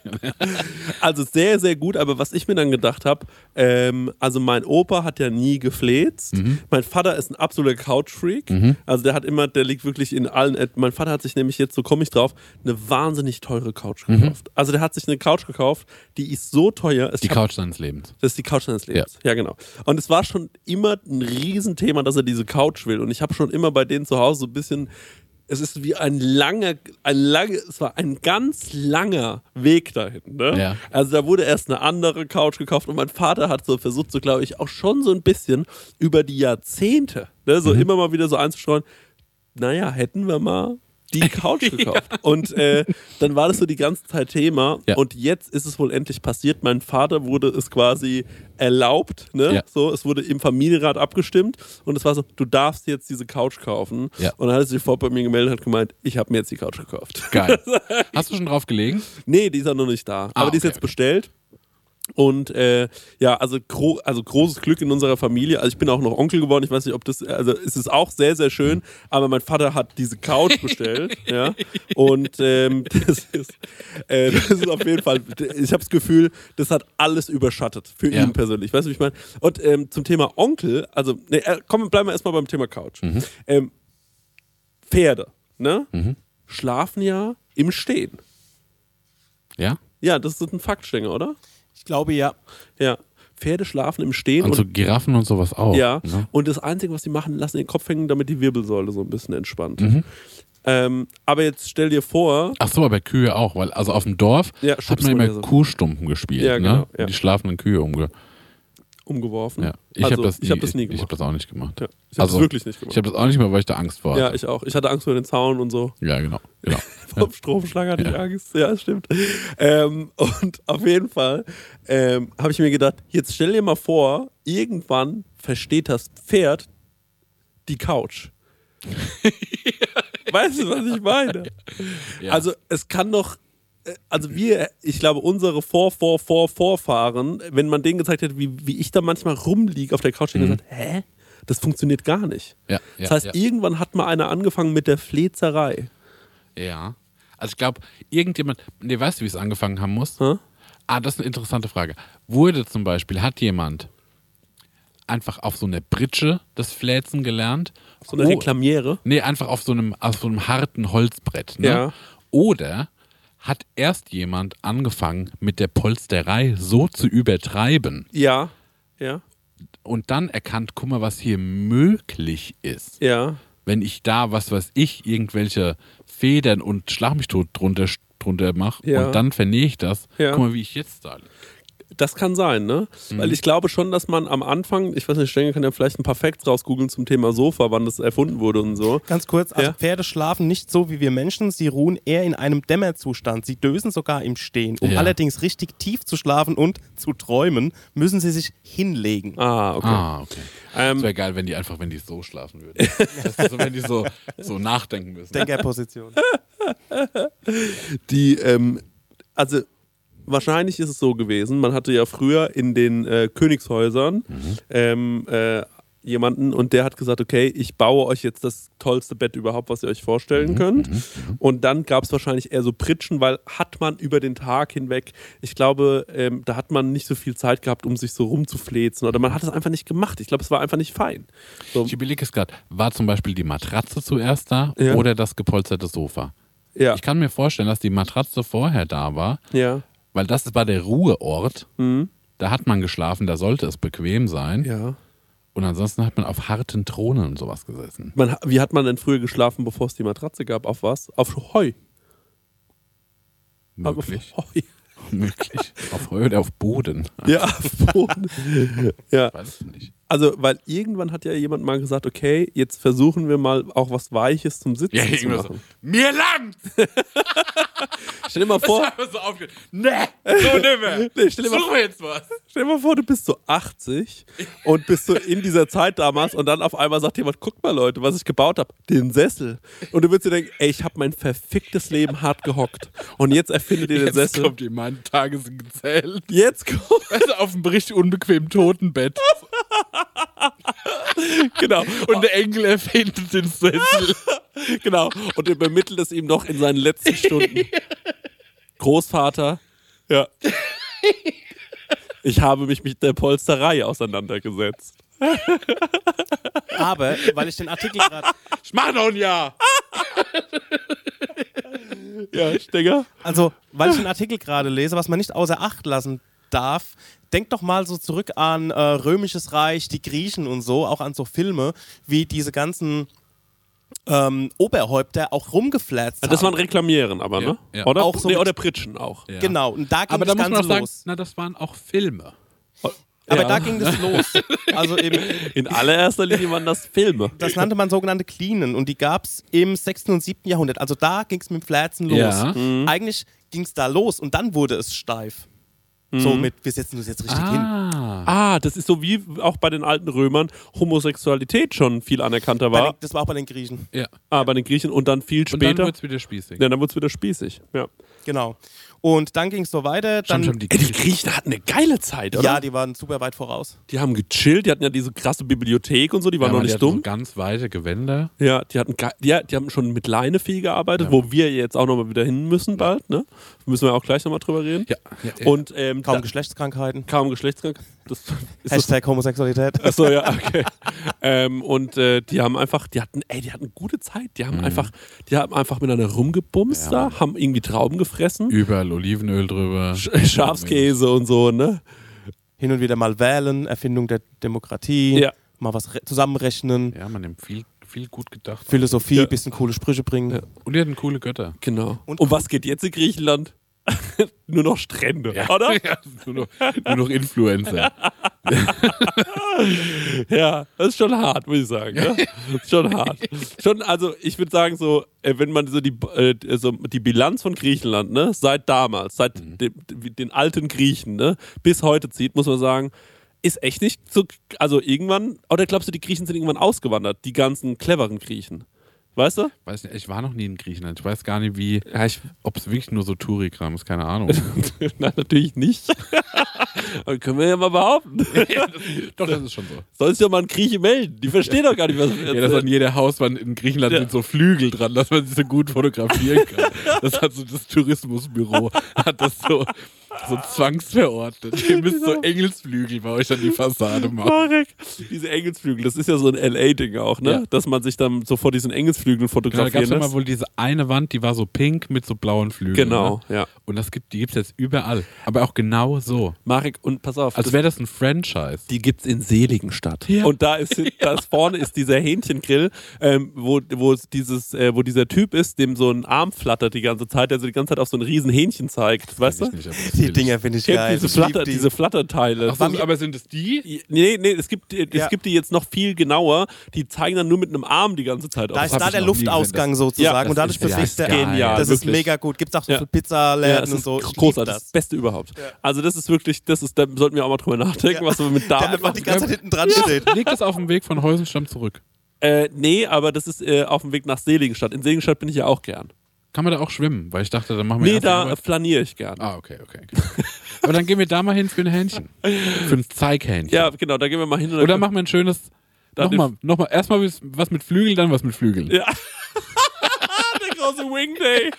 Also sehr, sehr gut, aber was ich mir dann gedacht habe, ähm, also mein Opa hat ja nie gefläzt. Mein Vater ist ein absoluter Couch-Freak. Also der hat immer, der liegt wirklich in allen, äh, mein Vater hat sich nämlich jetzt, so komme ich drauf, eine wahnsinnig teure Couch gekauft. Also der hat sich eine Couch gekauft, die ist so teuer. Es Die hab- Couch seines Lebens. Das ist die Couch seines Lebens. Ja. genau. Und es war schon immer ein Riesenthema, dass er diese Couch will. Und ich habe schon immer bei denen zu Hause so ein bisschen, es ist wie ein langer, ein lange, es war ein ganz langer Weg dahin. Ne? Ja. Also da wurde erst eine andere Couch gekauft und mein Vater hat so versucht, so glaube ich, auch schon so ein bisschen über die Jahrzehnte, ne, so immer mal wieder so einzustreuen, naja, hätten wir mal die Couch gekauft. Und äh, dann war das so die ganze Zeit Thema. Ja. Und jetzt ist es wohl endlich passiert. Mein Vater wurde es quasi erlaubt. Ne? Ja. So, es wurde im Familienrat abgestimmt. Und es war so, du darfst jetzt diese Couch kaufen. Ja. Und dann hat er sich sofort bei mir gemeldet und hat gemeint, ich habe mir jetzt die Couch gekauft. Geil. Hast du schon drauf gelegen? Nee, die ist ja noch nicht da. Aber Ah, die ist okay, jetzt okay. bestellt. Und äh, ja, also, gro- also großes Glück in unserer Familie. Also ich bin auch noch Onkel geworden. Ich weiß nicht, ob das, also es ist auch sehr, sehr schön. Aber mein Vater hat diese Couch bestellt. ja. Und ähm, das, ist, äh, das ist auf jeden Fall, ich habe das Gefühl, das hat alles überschattet für Ja. ihn persönlich. Weißt du, wie ich meine? Und ähm, zum Thema Onkel, also nee, äh, komm, bleiben wir erstmal beim Thema Couch. Mhm. Ähm, Pferde, ne? Mhm. Schlafen ja im Stehen. Ja? Ja, das ist ein Faktstänger, oder? Ich glaube ja. Ja. Pferde schlafen im Stehen. Und Und so Giraffen und sowas auch. ja, Ne? und das Einzige, was sie machen, lassen den Kopf hängen, damit die Wirbelsäule so ein bisschen entspannt. Mhm. Ähm, aber jetzt stell dir vor, Ach so, aber Kühe auch, weil also auf dem Dorf Ja, hat schubst man man immer ja so. Kuhstumpen gespielt, Ja, genau, ne? ja. Die schlafenden Kühe umge. umgeworfen. Ja. Ich also, habe das, ich hab das nie Ich, ich habe gemacht. das auch nicht gemacht. Ja, ich habe Also, das wirklich nicht Ich gemacht. habe das auch nicht mehr, weil ich da Angst vor hatte. Ja, ich auch. Ich hatte Angst vor den Zaun und so. Ja, genau. genau. Vom Stromschlag hatte ich Ja. Angst. Ja, stimmt. Ähm, und auf jeden Fall ähm, habe ich mir gedacht, jetzt stell dir mal vor, irgendwann versteht das Pferd die Couch. Weißt du, was ich meine? Ja. Also es kann doch, äh, also wir, ich glaube, unsere Vor, Vor, Vor, Vorfahren, wenn man denen gezeigt hätte, wie, wie ich da manchmal rumliege auf der Couch, hätten Mhm. gesagt, hä? Das funktioniert gar nicht. ja, Das ja, heißt, ja. irgendwann hat mal einer angefangen mit der Flezerei. Ja. Also ich glaube, irgendjemand, nee, weißt du, wie es angefangen haben muss? Hä? Ah, das ist eine interessante Frage. Wurde zum Beispiel, hat jemand einfach auf so einer Britsche das Fläzen gelernt? So eine Oh, Reklamiere. Nee, einfach auf so einem, auf so einem harten Holzbrett. Ne? Ja. Oder hat erst jemand angefangen, mit der Polsterei so zu übertreiben Ja, ja, und dann erkannt, guck mal, was hier möglich ist. ja. Wenn ich da, was weiß ich, irgendwelche Federn und Schlag mich tot drunter, drunter mache Ja. und dann vernähe ich das, Ja. guck mal, wie ich jetzt da liege. Das kann sein, ne? Mhm. Weil ich glaube schon, dass man am Anfang, ich weiß nicht, Stenger kann ja vielleicht ein paar Facts rausgoogeln zum Thema Sofa, wann das erfunden wurde und so. Ganz kurz, also Ja. Pferde schlafen nicht so wie wir Menschen, sie ruhen eher in einem Dämmerzustand. Sie dösen sogar im Stehen. Um Ja. allerdings richtig tief zu schlafen und zu träumen, müssen sie sich hinlegen. Ah, okay. Ah, okay. Ähm, Es wäre geil, wenn die einfach, wenn die so schlafen würden. Das ist so, wenn die so, so nachdenken müssen. Denkerposition. Die, ähm, also wahrscheinlich ist es so gewesen, man hatte ja früher in den äh, Königshäusern ähm, äh, jemanden und der hat gesagt, okay, ich baue euch jetzt das tollste Bett überhaupt, was ihr euch vorstellen könnt. Und dann gab es wahrscheinlich eher so Pritschen, weil hat man über den Tag hinweg, ich glaube, ähm, da hat man nicht so viel Zeit gehabt, um sich so rumzuflezen oder man hat es einfach nicht gemacht. Ich glaube, es war einfach nicht fein. So, Ich überlege es gerade, war zum Beispiel die Matratze zuerst da Ja. oder das gepolsterte Sofa? ja, Ich kann mir vorstellen, dass die Matratze vorher da war, ja, weil das war der Ruheort. mhm. Da hat man geschlafen, da sollte es bequem sein. ja. Und ansonsten hat man auf harten Thronen und sowas gesessen. Man, wie hat man denn früher geschlafen, bevor es die Matratze gab? Auf was? Auf Heu. Möglich. Auf Heu. Möglich. Auf Heu oder auf Boden. Ja, auf Boden. ja. Weiß ich nicht. Also, weil irgendwann hat ja jemand mal gesagt, okay, jetzt versuchen wir mal auch was Weiches zum Sitzen Ja, zu irgendwas so. machen. Mir lang! Stell dir mal vor, so aufge- nee, so nicht mehr. Nee, stell dir mal Such mir jetzt was. stell dir mal vor, du bist so achtzig und bist so in dieser Zeit damals und dann auf einmal sagt jemand, guck mal Leute, was ich gebaut habe, den Sessel. Und du würdest dir denken, ey, ich habe mein verficktes Leben hart gehockt und jetzt erfindet ihr den Jetzt Sessel. kommt ihr meine Tage sind gezählt. Jetzt kommt, Weißt du, auf einem richtig unbequemen Totenbett. genau. Und der Enkel erfindet den Sessel. Genau. Und übermittelt es ihm noch in seinen letzten Stunden. Großvater, ja. Ich habe mich mit der Polsterei auseinandergesetzt. Aber, weil ich den Artikel gerade. Ich mach noch ein Jahr. Ja, Stenger? Also, weil ich den Artikel gerade lese, was man nicht außer Acht lassen darf, denk doch mal so zurück an äh, Römisches Reich, die Griechen und so, auch an so Filme, wie diese ganzen ähm, Oberhäupter auch rumgeflätzt haben. Das waren Reklamieren aber, ne? Ja, ja. Oder, Auch so nee, mit- oder Pritschen auch. Ja. Genau, und da ging Aber da das muss man Ganze auch sagen, los. na, das waren auch Filme. Aber Ja. da ging das los. Also eben, In allererster Linie waren das Filme. das nannte man sogenannte Cleanen und die gab es im sechsten und siebten Jahrhundert. Also da ging es mit dem Fläzen los. Ja. Eigentlich ging es da los und dann wurde es steif. So mit, wir setzen uns jetzt richtig hin. Ah. Ah, das ist so wie auch bei den alten Römern Homosexualität schon viel anerkannter Bei war. den, das war auch bei den Griechen. Ja. Ah, bei den Griechen und dann viel Und dann später. wird es wieder spießig. ja, dann wurde es wieder spießig. Ja. Genau. Und dann ging es so weiter. Dann, Schon, schon die Ey, die Griechen hatten eine geile Zeit, oder? ja, die waren super weit voraus. Die haben gechillt, die hatten ja diese krasse Bibliothek und so, die waren ja, noch die nicht hatten so dumm. ganz weite Gewänder. Ja, die hatten ge- ja, die haben schon mit Leine viel gearbeitet, wo wir jetzt auch nochmal wieder hin müssen bald, ne? Müssen wir auch gleich nochmal drüber reden. Ja, ja, ja. Und ähm, Kaum da, Geschlechtskrankheiten. kaum Geschlechtskrankheit. Das ist das. Hashtag Homosexualität. Achso, ja, okay. ähm, und äh, die haben einfach, die hatten, ey, die hatten gute Zeit. Die haben Mhm. einfach, die haben einfach miteinander rumgebumst Ja. da, haben irgendwie Trauben gefressen, Überall Olivenöl drüber. Sch- Schafskäse und so, ne? Hin und wieder mal wählen, Erfindung der Demokratie, Ja. mal was re- zusammenrechnen, Ja, man nimmt viel, viel gut gedacht. Philosophie, Ja. bisschen coole Sprüche bringen. Ja. Und die hatten coole Götter. Genau. Und- Und, was geht jetzt in Griechenland? Nur noch Strände, oder? Ja, nur, noch, nur noch Influencer. Ja, das ist schon hart, muss ich sagen. Ne? Das ist schon hart. Schon, also ich würde sagen, so, äh, wenn man so die, äh, so die Bilanz von Griechenland, ne, seit damals, seit Mhm. dem, den alten Griechen, ne, bis heute zieht, muss man sagen, ist echt nicht so, also irgendwann, oder glaubst du, die Griechen sind irgendwann ausgewandert, die ganzen cleveren Griechen? Weißt du? Weiß nicht, ich war noch nie in Griechenland. Ich weiß gar nicht, wie, Ja, ich, ob es wirklich nur so Touri-Kram ist. Keine Ahnung. nein, natürlich nicht. Aber können wir ja mal behaupten. Doch, das ist schon so. Soll sich doch mal ein Grieche melden. Die verstehen doch gar nicht, was wir Ja, dass an jeder Hauswand in Griechenland Ja. sind so Flügel dran, dass man sich so gut fotografieren kann. Das hat so das Tourismusbüro, hat das so, so zwangsverordnet. Ihr müsst so Engelsflügel bei euch an die Fassade machen. Marek, diese Engelsflügel, das ist ja so ein L A-Ding auch, ne? Ja. Dass man sich dann so vor diesen Engelsflügeln Genau, da gab fotografieren es ja mal lässt. wohl diese eine Wand, die war so pink mit so blauen Flügeln. Genau, Ne? ja. Und das gibt, die gibt es jetzt überall. Aber auch genau so. Marek, und pass auf, Als das, wäre das ein Franchise. die gibt's in Seligenstadt. Ja. Und da ist, da ist vorne ist dieser Hähnchengrill, ähm, wo, wo, es dieses, äh, wo dieser Typ ist, dem so ein Arm flattert die ganze Zeit, der so die ganze Zeit auf so ein riesen Hähnchen zeigt. Weißt du? Weiß ich nicht, aber das Die will ich. Dinger finde ich Kennt geil. diese, Ich lieb Flatter, die. diese Flatterteile. Ach so, aber sind es die? Nee, nee, es gibt, es Ja. gibt die jetzt noch viel genauer. Die zeigen dann nur mit einem Arm die ganze Zeit Da auf. ist hab da ich der noch nie Luftausgang gesehen. sozusagen Ja, und dadurch das ist bewegt ja der. genial, Das ist wirklich. mega gut. Gibt es auch so Ja. für Ja, Pizzaläden es und ist so. Ich lieb großartig, das. das. Beste überhaupt. Also das ist wirklich, das ist, da sollten wir auch mal drüber nachdenken, Ja. was wir mit Der damit einfach die machen. ganze Zeit hinten dran steht. Liegt das auf dem Weg von Heusenstamm zurück? Äh, nee, aber das ist äh, auf dem Weg nach Seligenstadt. In Seligenstadt bin ich ja auch gern. Kann man da auch schwimmen? Weil ich dachte, dann machen wir Nee, erst da Arbeit. flaniere ich gern. Ah, okay, okay. okay. Aber dann gehen wir da mal hin für ein Hähnchen. Für ein Zeighähnchen. Ja, genau, da gehen wir mal hin. und Oder dann- machen wir ein schönes. Dann Nochmal, nochmal. Erstmal was mit Flügeln, dann was mit Flügeln. Ja. Der große Wing Day.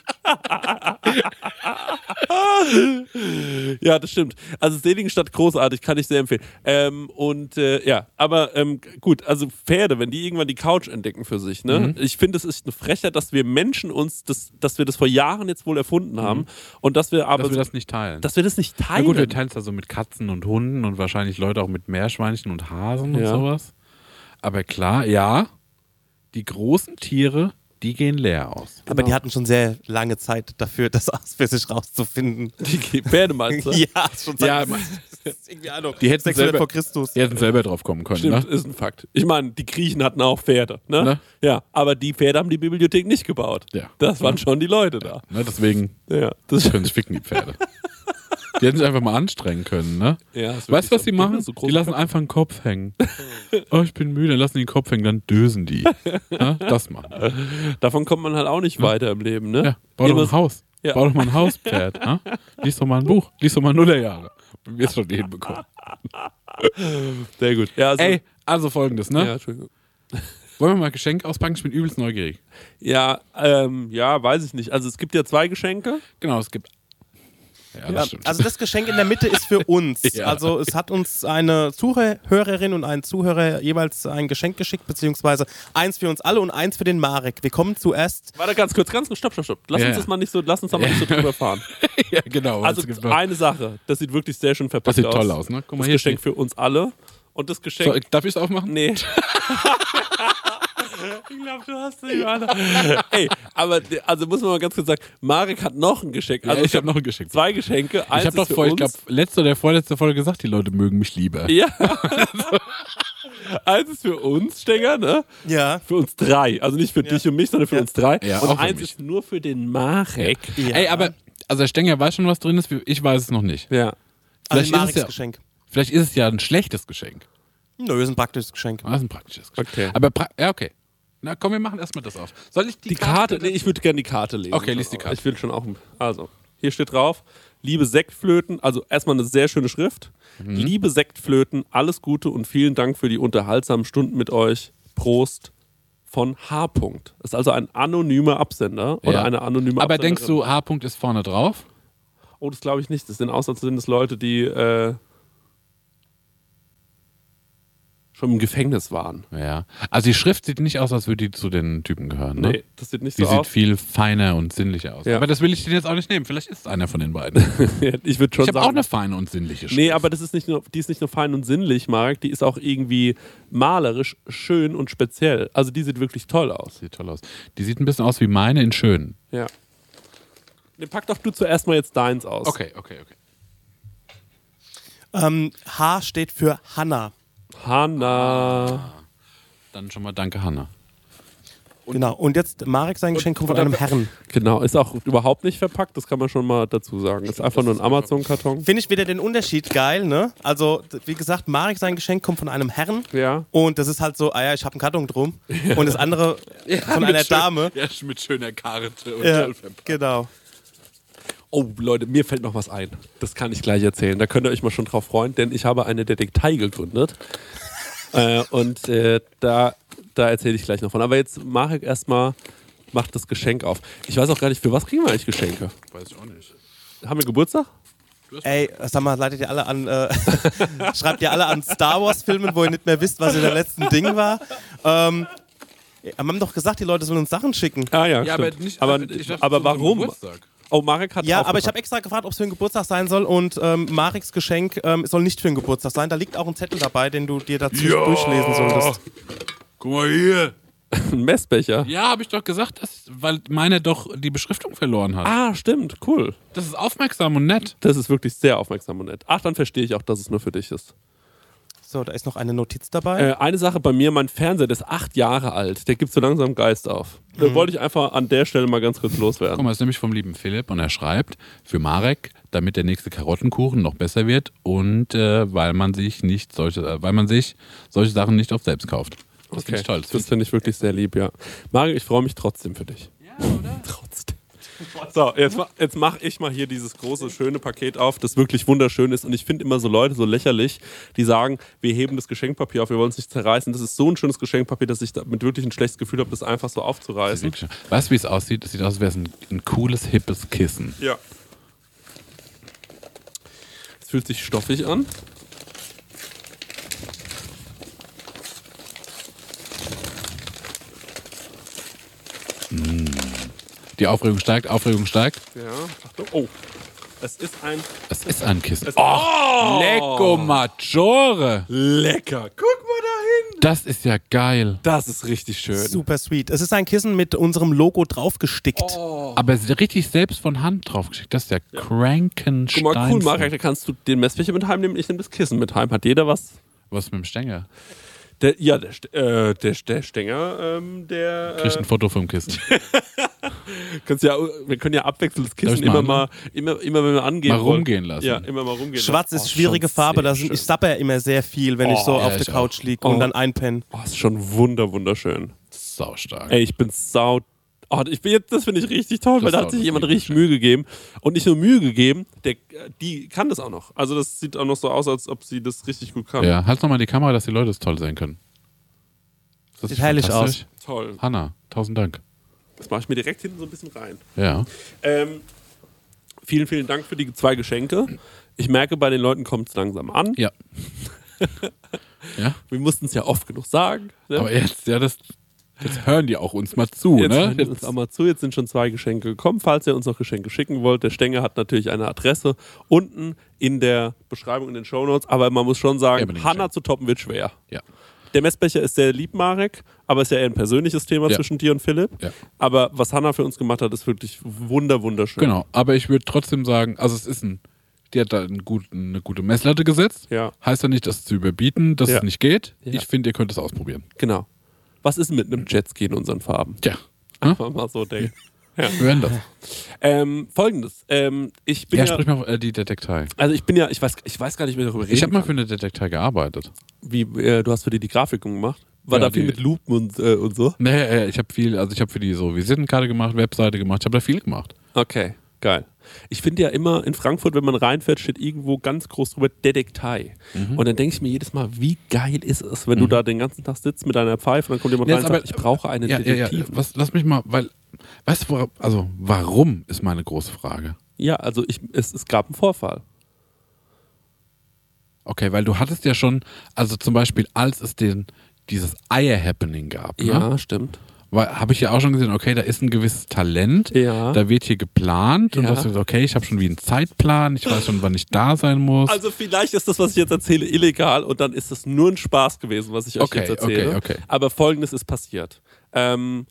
Ja, das stimmt. Also Seligenstadt großartig, kann ich sehr empfehlen. Ähm, und äh, ja, aber ähm, gut, also Pferde, wenn die irgendwann die Couch entdecken für sich, ne? Mhm. Ich finde, es ist eine Frechheit, dass wir Menschen uns, das, dass wir das vor Jahren jetzt wohl erfunden haben und dass wir aber Dass wir so- das nicht teilen. dass wir das nicht Na teilen. gut, wir teilen es da so mit Katzen und Hunden und wahrscheinlich Leute auch mit Meerschweinchen und Hasen und Ja. sowas. Aber klar, ja, die großen Tiere, die gehen leer aus. Aber die hatten schon sehr lange Zeit dafür, das aus für sich rauszufinden. Die Pferde meinst du? Ja, schon seit Ja, das ist irgendwie Ahnung, die hätten sechshundert selber- vor Christus. Die hätten selber drauf kommen können. Stimmt, Ne? ist ein Fakt. Ich meine, die Griechen hatten auch Pferde, ne? Ne? Ja, aber die Pferde haben die Bibliothek nicht gebaut. Ja. Das waren schon die Leute da. Ne, deswegen Ja, das können sich ficken, die Pferde. Die hätten sich einfach mal anstrengen können, ne? Ja, ist Weißt du, was wirklich die so. machen? So große Die lassen Köpfe. einfach einen Kopf hängen. Oh, ich bin müde, dann lassen die den Kopf hängen, dann dösen die. Ja, das machen. Davon kommt man halt auch nicht weiter im Leben, ne? Ja, bau doch Immer ein Haus. Ja. Bau doch mal ein Hauspferd. Ja? Lies doch mal ein Buch. Lies doch mal Nullerjahre. Wir wirst schon die hinbekommen. Sehr gut. Ja, also, Ey, also folgendes, ne? ja, Entschuldigung. Wollen wir mal Geschenk auspacken? Ich bin übelst neugierig. Ja, ähm, ja, weiß ich nicht. Also es gibt ja zwei Geschenke. Genau, es gibt. Ja, das Ja, stimmt. also das Geschenk in der Mitte ist für uns. Ja. Also es hat uns eine Zuhörerin und ein Zuhörer jeweils ein Geschenk geschickt, beziehungsweise eins für uns alle und eins für den Marek. Wir kommen zuerst. Warte ganz kurz, ganz kurz, stopp, stopp, stopp. Lass Ja, uns ja. das mal nicht so, lass uns da mal nicht so drüber fahren. ja, genau. Also es gibt noch, eine Sache, das sieht wirklich sehr schön das verpackt sieht aus. toll aus, ne? Guck mal Das hier. Geschenk Steht. für uns alle. Und das Geschenk. So, darf ich es aufmachen? Nee. Ich glaube, du hast nicht, Alter. Ey, aber also muss man mal ganz kurz sagen, Marek hat noch ein Geschenk. Also Also ich habe noch ein Geschenk. zwei Geschenke. Eins Ich habe doch ist für vor, ich uns. glaube, letzte oder vorletzte Folge gesagt, die Leute mögen mich lieber. Ja. Eins ist für uns, Stenger, ne? Ja. Für uns drei. Also nicht für dich und mich, sondern für Ja. uns drei. Ja, und auch für eins mich. ist nur für den Marek. ja. Ey, aber, also der Stenger weiß schon, was drin ist, ich weiß es noch nicht. Ja. Also Vielleicht ist, Mareks es ja, Geschenk. vielleicht ist es ja ein schlechtes Geschenk. Nö, ist ein praktisches Geschenk. Aber es ist ein praktisches Geschenk. Okay. Aber, pra ja, okay. Na komm, wir machen erstmal das auf. Soll ich die, Die Karte, nee, ich würde gerne die Karte lesen. Okay, lies die Karte. Ich will schon auch. Also. Hier steht drauf, liebe Sektflöten, also erstmal eine sehr schöne Schrift. Mhm. Liebe Sektflöten, alles Gute und vielen Dank für die unterhaltsamen Stunden mit euch. Prost von H. Das ist also ein anonymer Absender oder Ja. eine anonyme Aber Absenderin. denkst du, H. ist vorne drauf? Oh, das glaube ich nicht. Das sehen aus, als sind es Leute, die äh, schon im Gefängnis waren. Ja. Also die Schrift sieht nicht aus, als würde die zu den Typen gehören, ne? Nee, das sieht nicht Die so sieht aus. viel feiner und sinnlicher aus. Ja. Aber das will ich dir jetzt auch nicht nehmen. Vielleicht ist es einer von den beiden. Ich würde schon Ich habe sagen. auch eine feine und sinnliche Schrift. Nee, aber das ist nicht nur, die ist nicht nur fein und sinnlich, Marc, die ist auch irgendwie malerisch schön und speziell. Also die sieht wirklich toll aus. Sieht toll aus. Die sieht ein bisschen aus wie meine in schön. Ja. Nee, pack doch du zuerst mal jetzt deins aus. Okay, okay, okay. Ähm, H steht für Hanna. Hanna. Dann schon mal danke, Hanna. Genau. Und jetzt Marek, sein Geschenk kommt von einem Herrn. Genau, ist auch überhaupt nicht verpackt, das kann man schon mal dazu sagen. Ist einfach nur ein Amazon-Karton. Finde ich wieder den Unterschied geil, ne? Also, d- wie gesagt, Marek, sein Geschenk kommt von einem Herrn. Ja. Und das ist halt so, ah ja, ich habe einen Karton drum. Und das andere von einer Dame. Ja, mit schöner Karte und Ja, toll verpackt. genau. Oh, Leute, mir fällt noch was ein. Das kann ich gleich erzählen. Da könnt ihr euch mal schon drauf freuen, denn ich habe eine Detektei gegründet. äh, und äh, da, da erzähle ich gleich noch von. Aber jetzt mache ich erstmal, macht das Geschenk auf. Ich weiß auch gar nicht, für was kriegen wir eigentlich Geschenke? Weiß ich auch nicht. Haben wir Geburtstag? Ey, sag mal, leitet ihr alle an, äh, schreibt ihr alle an Star Wars Filmen, wo ihr nicht mehr wisst, was in der letzten Ding war. Ähm, wir haben doch gesagt, die Leute sollen uns Sachen schicken. Ah ja, Ja, stimmt. aber nicht. aber, ich dachte, aber zu unserem warum? Geburtstag. Oh, Marek hat Ja, auch aber ich habe extra gefragt, ob es für einen Geburtstag sein soll und ähm, Mareks Geschenk ähm, soll nicht für einen Geburtstag sein. Da liegt auch ein Zettel dabei, den du dir dazu Ja. durchlesen solltest. Guck mal hier. einen Messbecher. Ja, habe ich doch gesagt, dass, weil meine doch die Beschriftung verloren hat. Ah, stimmt, cool. Das ist aufmerksam und nett. Das ist wirklich sehr aufmerksam und nett. Ach, dann verstehe ich auch, dass es nur für dich ist. So, da ist noch eine Notiz dabei. Äh, eine Sache bei mir, mein Fernseher, der ist acht Jahre alt. Der gibt so langsam Geist auf. Da wollte ich einfach an der Stelle mal ganz kurz Guck loswerden. mal, das ist nämlich vom lieben Philipp und er schreibt für Marek, damit der nächste Karottenkuchen noch besser wird und äh, weil man sich nicht solche, äh, weil man sich solche Sachen nicht oft selbst kauft. Das finde ich toll. Das Das finde ich wirklich sehr lieb, ja. Mario, ich freue mich trotzdem für dich. Ja, oder? Trotzdem. So, jetzt, ma- jetzt mache ich mal hier dieses große, schöne Paket auf, das wirklich wunderschön ist. Und ich finde immer so Leute so lächerlich, die sagen, wir heben das Geschenkpapier auf, wir wollen es nicht zerreißen. Das ist so ein schönes Geschenkpapier, dass ich damit wirklich ein schlechtes Gefühl habe, das einfach so aufzureißen. Weißt du, wie es aussieht? Es sieht aus, als wäre es ein, ein cooles, hippes Kissen. Ja. Es fühlt sich stoffig an. Die Aufregung steigt, Aufregung steigt. Ja, Achtung. Oh, es ist ein... Es ist ein Kissen. Es Oh, Lecco Maggiore. lecker. Guck mal dahin. Das ist ja geil. Das ist richtig schön. Super sweet. Es ist ein Kissen mit unserem Logo draufgestickt. Aber es ist richtig selbst von Hand draufgeschickt. Das ist ja, Krankenstein. Guck mal, cool, Marek, da kannst du den Messbecher mit heimnehmen, ich nehme das Kissen mit heim. Hat jeder was? Was mit dem Stänger? Der, ja, der, St- äh, der, der Stenger, ähm, der... Kriegst Äh, ein Foto vom Kissen. kannst ja, wir können ja abwechselnd das Kissen Darf ich mal immer mal, annehmen? immer, immer wenn wir angehen Mal wollen. rumgehen lassen. Ja, immer mal rumgehen Schwarz lassen. ist Oh, schwierige schon Farbe. sehr Da sind, schön. ich sapper immer sehr viel, wenn ich so ja, auf der ich Couch auch. liege Oh. und dann einpenne. Oh, ist schon wunder, wunderschön. Sau stark. Ey, ich bin sau... Oh, ich bin jetzt, das finde ich richtig toll, Das weil da ist hat sich auch jemand richtig richtig schön. Mühe gegeben. Und nicht nur Mühe gegeben, der, die kann das auch noch. Also das sieht auch noch so aus, als ob sie das richtig gut kann. Ja, halt nochmal die Kamera, dass die Leute es toll sehen können. Das Sieht ist herrlich fantastisch. Toll. Hanna, tausend Dank. Das mache ich mir direkt hinten so ein bisschen rein. Ja. Ähm, vielen, vielen Dank für die zwei Geschenke. Ich merke, bei den Leuten kommt es langsam an. Ja. ja. Wir mussten es ja oft genug sagen. Ne? Aber jetzt, ja, das. Jetzt hören die auch uns mal zu, Jetzt ne? hören wir uns auch mal zu. Jetzt sind schon zwei Geschenke gekommen. Falls ihr uns noch Geschenke schicken wollt, der Stenger hat natürlich eine Adresse unten in der Beschreibung in den Shownotes. Aber man muss schon Ja, sagen, aber den Hanna Geschenk. zu toppen wird schwer. Ja. Der Messbecher ist sehr lieb, Marek, aber ist ja eher ein persönliches Thema Ja. zwischen dir und Philipp. Ja. Aber was Hanna für uns gemacht hat, ist wirklich wunder, wunderschön. Genau, aber ich würde trotzdem sagen, also es ist ein, die hat da einen guten, eine gute Messlatte gesetzt. Ja. Heißt ja nicht, das zu überbieten, dass Ja. es nicht geht. Ja. Ich finde, ihr könnt es ausprobieren. Genau. Was ist mit einem Jetski in unseren Farben? Tja, hm? Einfach mal so denken. Ja. wir werden das. Ähm, Folgendes. Ähm, ich bin Ja, ja, sprich mal äh, die Detektei. also ich bin ja, ich weiß, ich weiß gar nicht mehr darüber reden. Ich habe mal kann. für eine Detektei gearbeitet. Wie, äh, du hast für die die Grafiken gemacht? War Ja, da viel die- mit Lupen und, äh, und so? Nee, äh, ich habe viel, also ich habe für die so Visitenkarte gemacht, Webseite gemacht, ich habe da viel gemacht. Okay. Geil. Ich finde ja immer in Frankfurt, wenn man reinfährt, steht irgendwo ganz groß drüber Detektei. Mhm. Und dann denke ich mir jedes Mal, wie geil ist es, wenn mhm. du da den ganzen Tag sitzt mit deiner Pfeife und dann kommt jemand Ja, rein und aber- sagt, ich brauche einen Ja, ja, Detektiv. ja. Was, lass mich mal, weil, weißt du, wora- also warum ist meine große Frage. Ja, also ich, es, es gab einen Vorfall. Okay, weil du hattest ja schon, also zum Beispiel, als es den, dieses Eier-Happening gab, ne? Ja, stimmt. Habe ich ja auch schon gesehen, okay, da ist ein gewisses Talent, Ja. da wird hier geplant und Ja. du hast gesagt, okay, ich habe schon wie einen Zeitplan, ich weiß schon, wann ich da sein muss. Also vielleicht ist das, was ich jetzt erzähle, illegal und dann ist das nur ein Spaß gewesen, was ich euch Okay, jetzt erzähle. okay, okay. Aber Folgendes ist passiert. Ähm,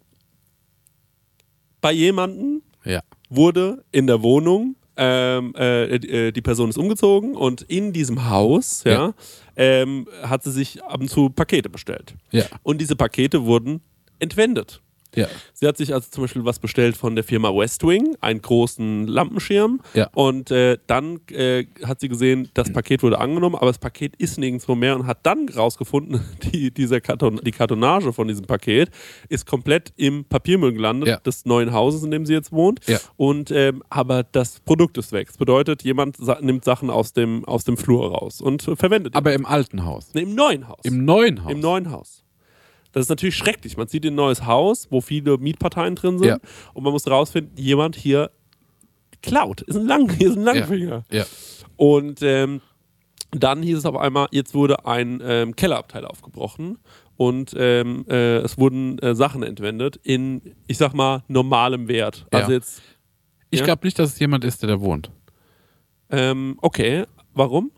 bei jemandem Ja. wurde in der Wohnung, ähm, äh, äh, die Person ist umgezogen und in diesem Haus ja, Ja. Ähm, hat sie sich ab und zu Pakete bestellt. Ja. Und diese Pakete wurden entwendet. Ja. Sie hat sich also zum Beispiel was bestellt von der Firma Westwing, einen großen Lampenschirm. Ja. Und äh, dann äh, hat sie gesehen, das Paket wurde angenommen, aber das Paket ist nirgendwo mehr und hat dann rausgefunden, die, dieser Karton, die Kartonage von diesem Paket ist komplett im Papiermüll gelandet, Ja. des neuen Hauses, in dem sie jetzt wohnt. Ja. Und ähm, aber das Produkt ist weg. Das bedeutet, jemand sa- nimmt Sachen aus dem, aus dem Flur raus und äh, verwendet die. Aber im alten Haus. Nee, im neuen Haus. Im neuen Haus. Im neuen Haus. Das ist natürlich schrecklich. Man zieht in ein neues Haus, wo viele Mietparteien drin sind Ja. und man muss rausfinden, jemand hier klaut. Ist ein Lang, hier ist ein Langfinger. Ja. Und ähm, dann hieß es auf einmal, jetzt wurde ein ähm, Kellerabteil aufgebrochen und ähm, äh, es wurden äh, Sachen entwendet in, ich sag mal, normalem Wert. Ja. Also jetzt, Ich Ja? glaube nicht, dass es jemand ist, der da wohnt. ähm, okay, warum?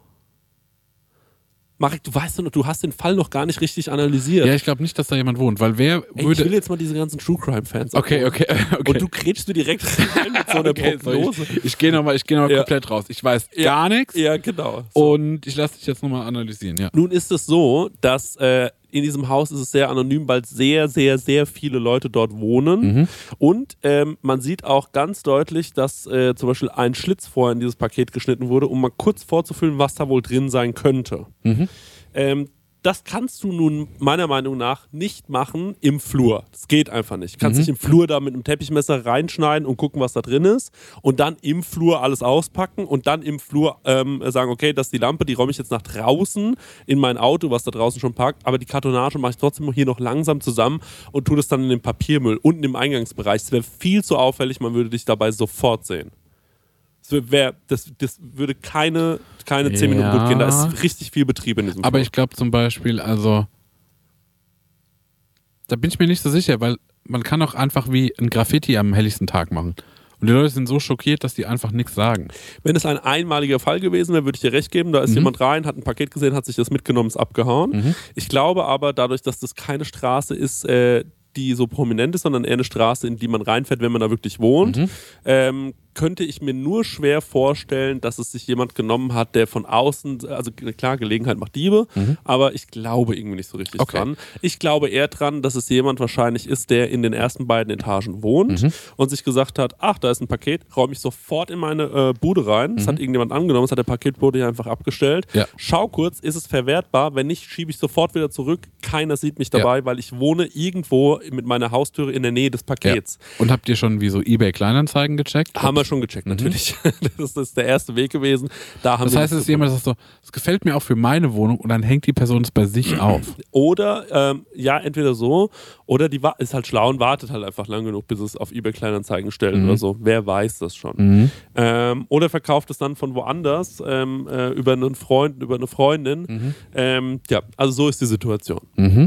Marek, du weißt doch noch, du hast den Fall noch gar nicht richtig analysiert. Ja, ich glaube nicht, dass da jemand wohnt, weil wer Ey, ich würde. will jetzt mal diese ganzen True Crime Fans Okay, abholen. okay, okay. Und du kretschst du direkt rein mit so einer Okay, so, Prognose. ich ich gehe nochmal geh noch mal Ja. komplett raus. Ich weiß Ja. gar nichts Ja, genau. und ich lasse dich jetzt nochmal analysieren. Ja. Nun ist es so, dass äh, in diesem Haus ist es sehr anonym, weil sehr, sehr, sehr viele Leute dort wohnen. Mhm. Und ähm, man sieht auch ganz deutlich, dass äh, zum Beispiel ein Schlitz vorher in dieses Paket geschnitten wurde, um mal kurz vorzufühlen, was da wohl drin sein könnte. Mhm. Ähm, das kannst du nun meiner Meinung nach nicht machen im Flur. Das geht einfach nicht. Du kannst Mhm. nicht im Flur da mit einem Teppichmesser reinschneiden und gucken, was da drin ist und dann im Flur alles auspacken und dann im Flur ähm, sagen, okay, das ist die Lampe, die räume ich jetzt nach draußen in mein Auto, was da draußen schon parkt, aber die Kartonage mache ich trotzdem hier noch langsam zusammen und tue das dann in den Papiermüll unten im Eingangsbereich. Das wäre viel zu auffällig, man würde dich dabei sofort sehen. Das, wär, das, das würde keine, keine zehn Minuten Ja. gut gehen. Da ist richtig viel Betrieb in diesem Aber Flur. ich glaube zum Beispiel, also da bin ich mir nicht so sicher, weil man kann auch einfach wie ein Graffiti am helligsten Tag machen. Und die Leute sind so schockiert, dass die einfach nichts sagen. Wenn es ein einmaliger Fall gewesen wäre, würde ich dir recht geben. Da ist Mhm. jemand rein, hat ein Paket gesehen, hat sich das mitgenommen, ist abgehauen. Mhm. Ich glaube aber, dadurch, dass das keine Straße ist, äh, die so prominent ist, sondern eher eine Straße, in die man reinfährt, wenn man da wirklich wohnt, Mhm. ähm, könnte ich mir nur schwer vorstellen, dass es sich jemand genommen hat, der von außen, also klar, Gelegenheit macht Diebe, Mhm. aber ich glaube irgendwie nicht so richtig Okay. dran. Ich glaube eher dran, dass es jemand wahrscheinlich ist, der in den ersten beiden Etagen wohnt Mhm. und sich gesagt hat, ach, da ist ein Paket, räume ich sofort in meine äh, Bude rein. Das hat irgendjemand angenommen, das hat der Paketbote hier einfach abgestellt. Mhm. Ja. Schau kurz, ist es verwertbar? Wenn nicht, schiebe ich sofort wieder zurück. Keiner sieht mich dabei, weil ich wohne irgendwo mit meiner Haustüre in der Nähe des Ja. Pakets. Und habt ihr schon wie so eBay Kleinanzeigen gecheckt? Haben wir schon gecheckt, natürlich. Das ist der erste Weg gewesen. Da haben Das wir heißt, es nichts ist jemand, das sagt so, es gefällt mir auch für meine Wohnung und dann hängt die Person es bei sich auf. Oder, ähm, ja, entweder so, oder die wa- ist halt schlau und wartet halt einfach lang genug, bis es auf eBay Kleinanzeigen stellt Mhm. oder so. Wer weiß das schon. Mhm. Ähm, oder verkauft es dann von woanders ähm, äh, über einen Freund, über eine Freundin. Mhm. Ähm, ja, also so ist die Situation. Mhm.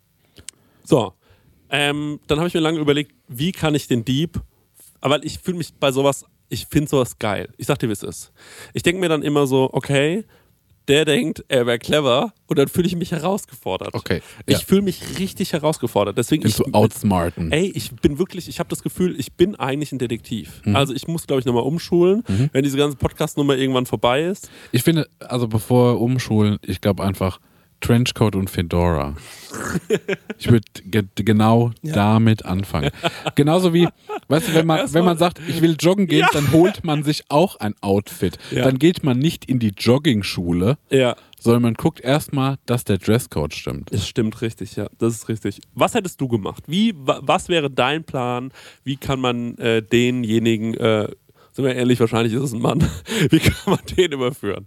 So, ähm, dann habe ich mir lange überlegt, wie kann ich den Dieb, aber ich fühle mich bei sowas, ich finde sowas geil. Ich sag dir, wie es ist. Ich denke mir dann immer so, okay, der denkt, er wäre clever und dann fühle ich mich herausgefordert. Okay, Ich ja. fühle mich richtig herausgefordert. Deswegen Den ich, zu outsmarten. Ey, ich bin wirklich, ich habe das Gefühl, ich bin eigentlich ein Detektiv. Mhm. Also ich muss, glaube ich, nochmal umschulen, Mhm. wenn diese ganze Podcast-Nummer irgendwann vorbei ist. Ich finde, also bevor umschulen, ich glaube einfach Trenchcoat und Fedora. Ich würde ge genau damit anfangen. Genauso wie, weißt du, wenn man, wenn man sagt, ich will joggen gehen, dann holt man sich auch ein Outfit. Ja. Dann geht man nicht in die Joggingschule, Ja, sondern man guckt erstmal, dass der Dresscode stimmt. es stimmt richtig, ja, das ist richtig. Was hättest du gemacht? Wie, wa was wäre dein Plan? Wie kann man äh, denjenigen äh, Sind wir ehrlich, wahrscheinlich ist es ein Mann. Wie kann man den überführen?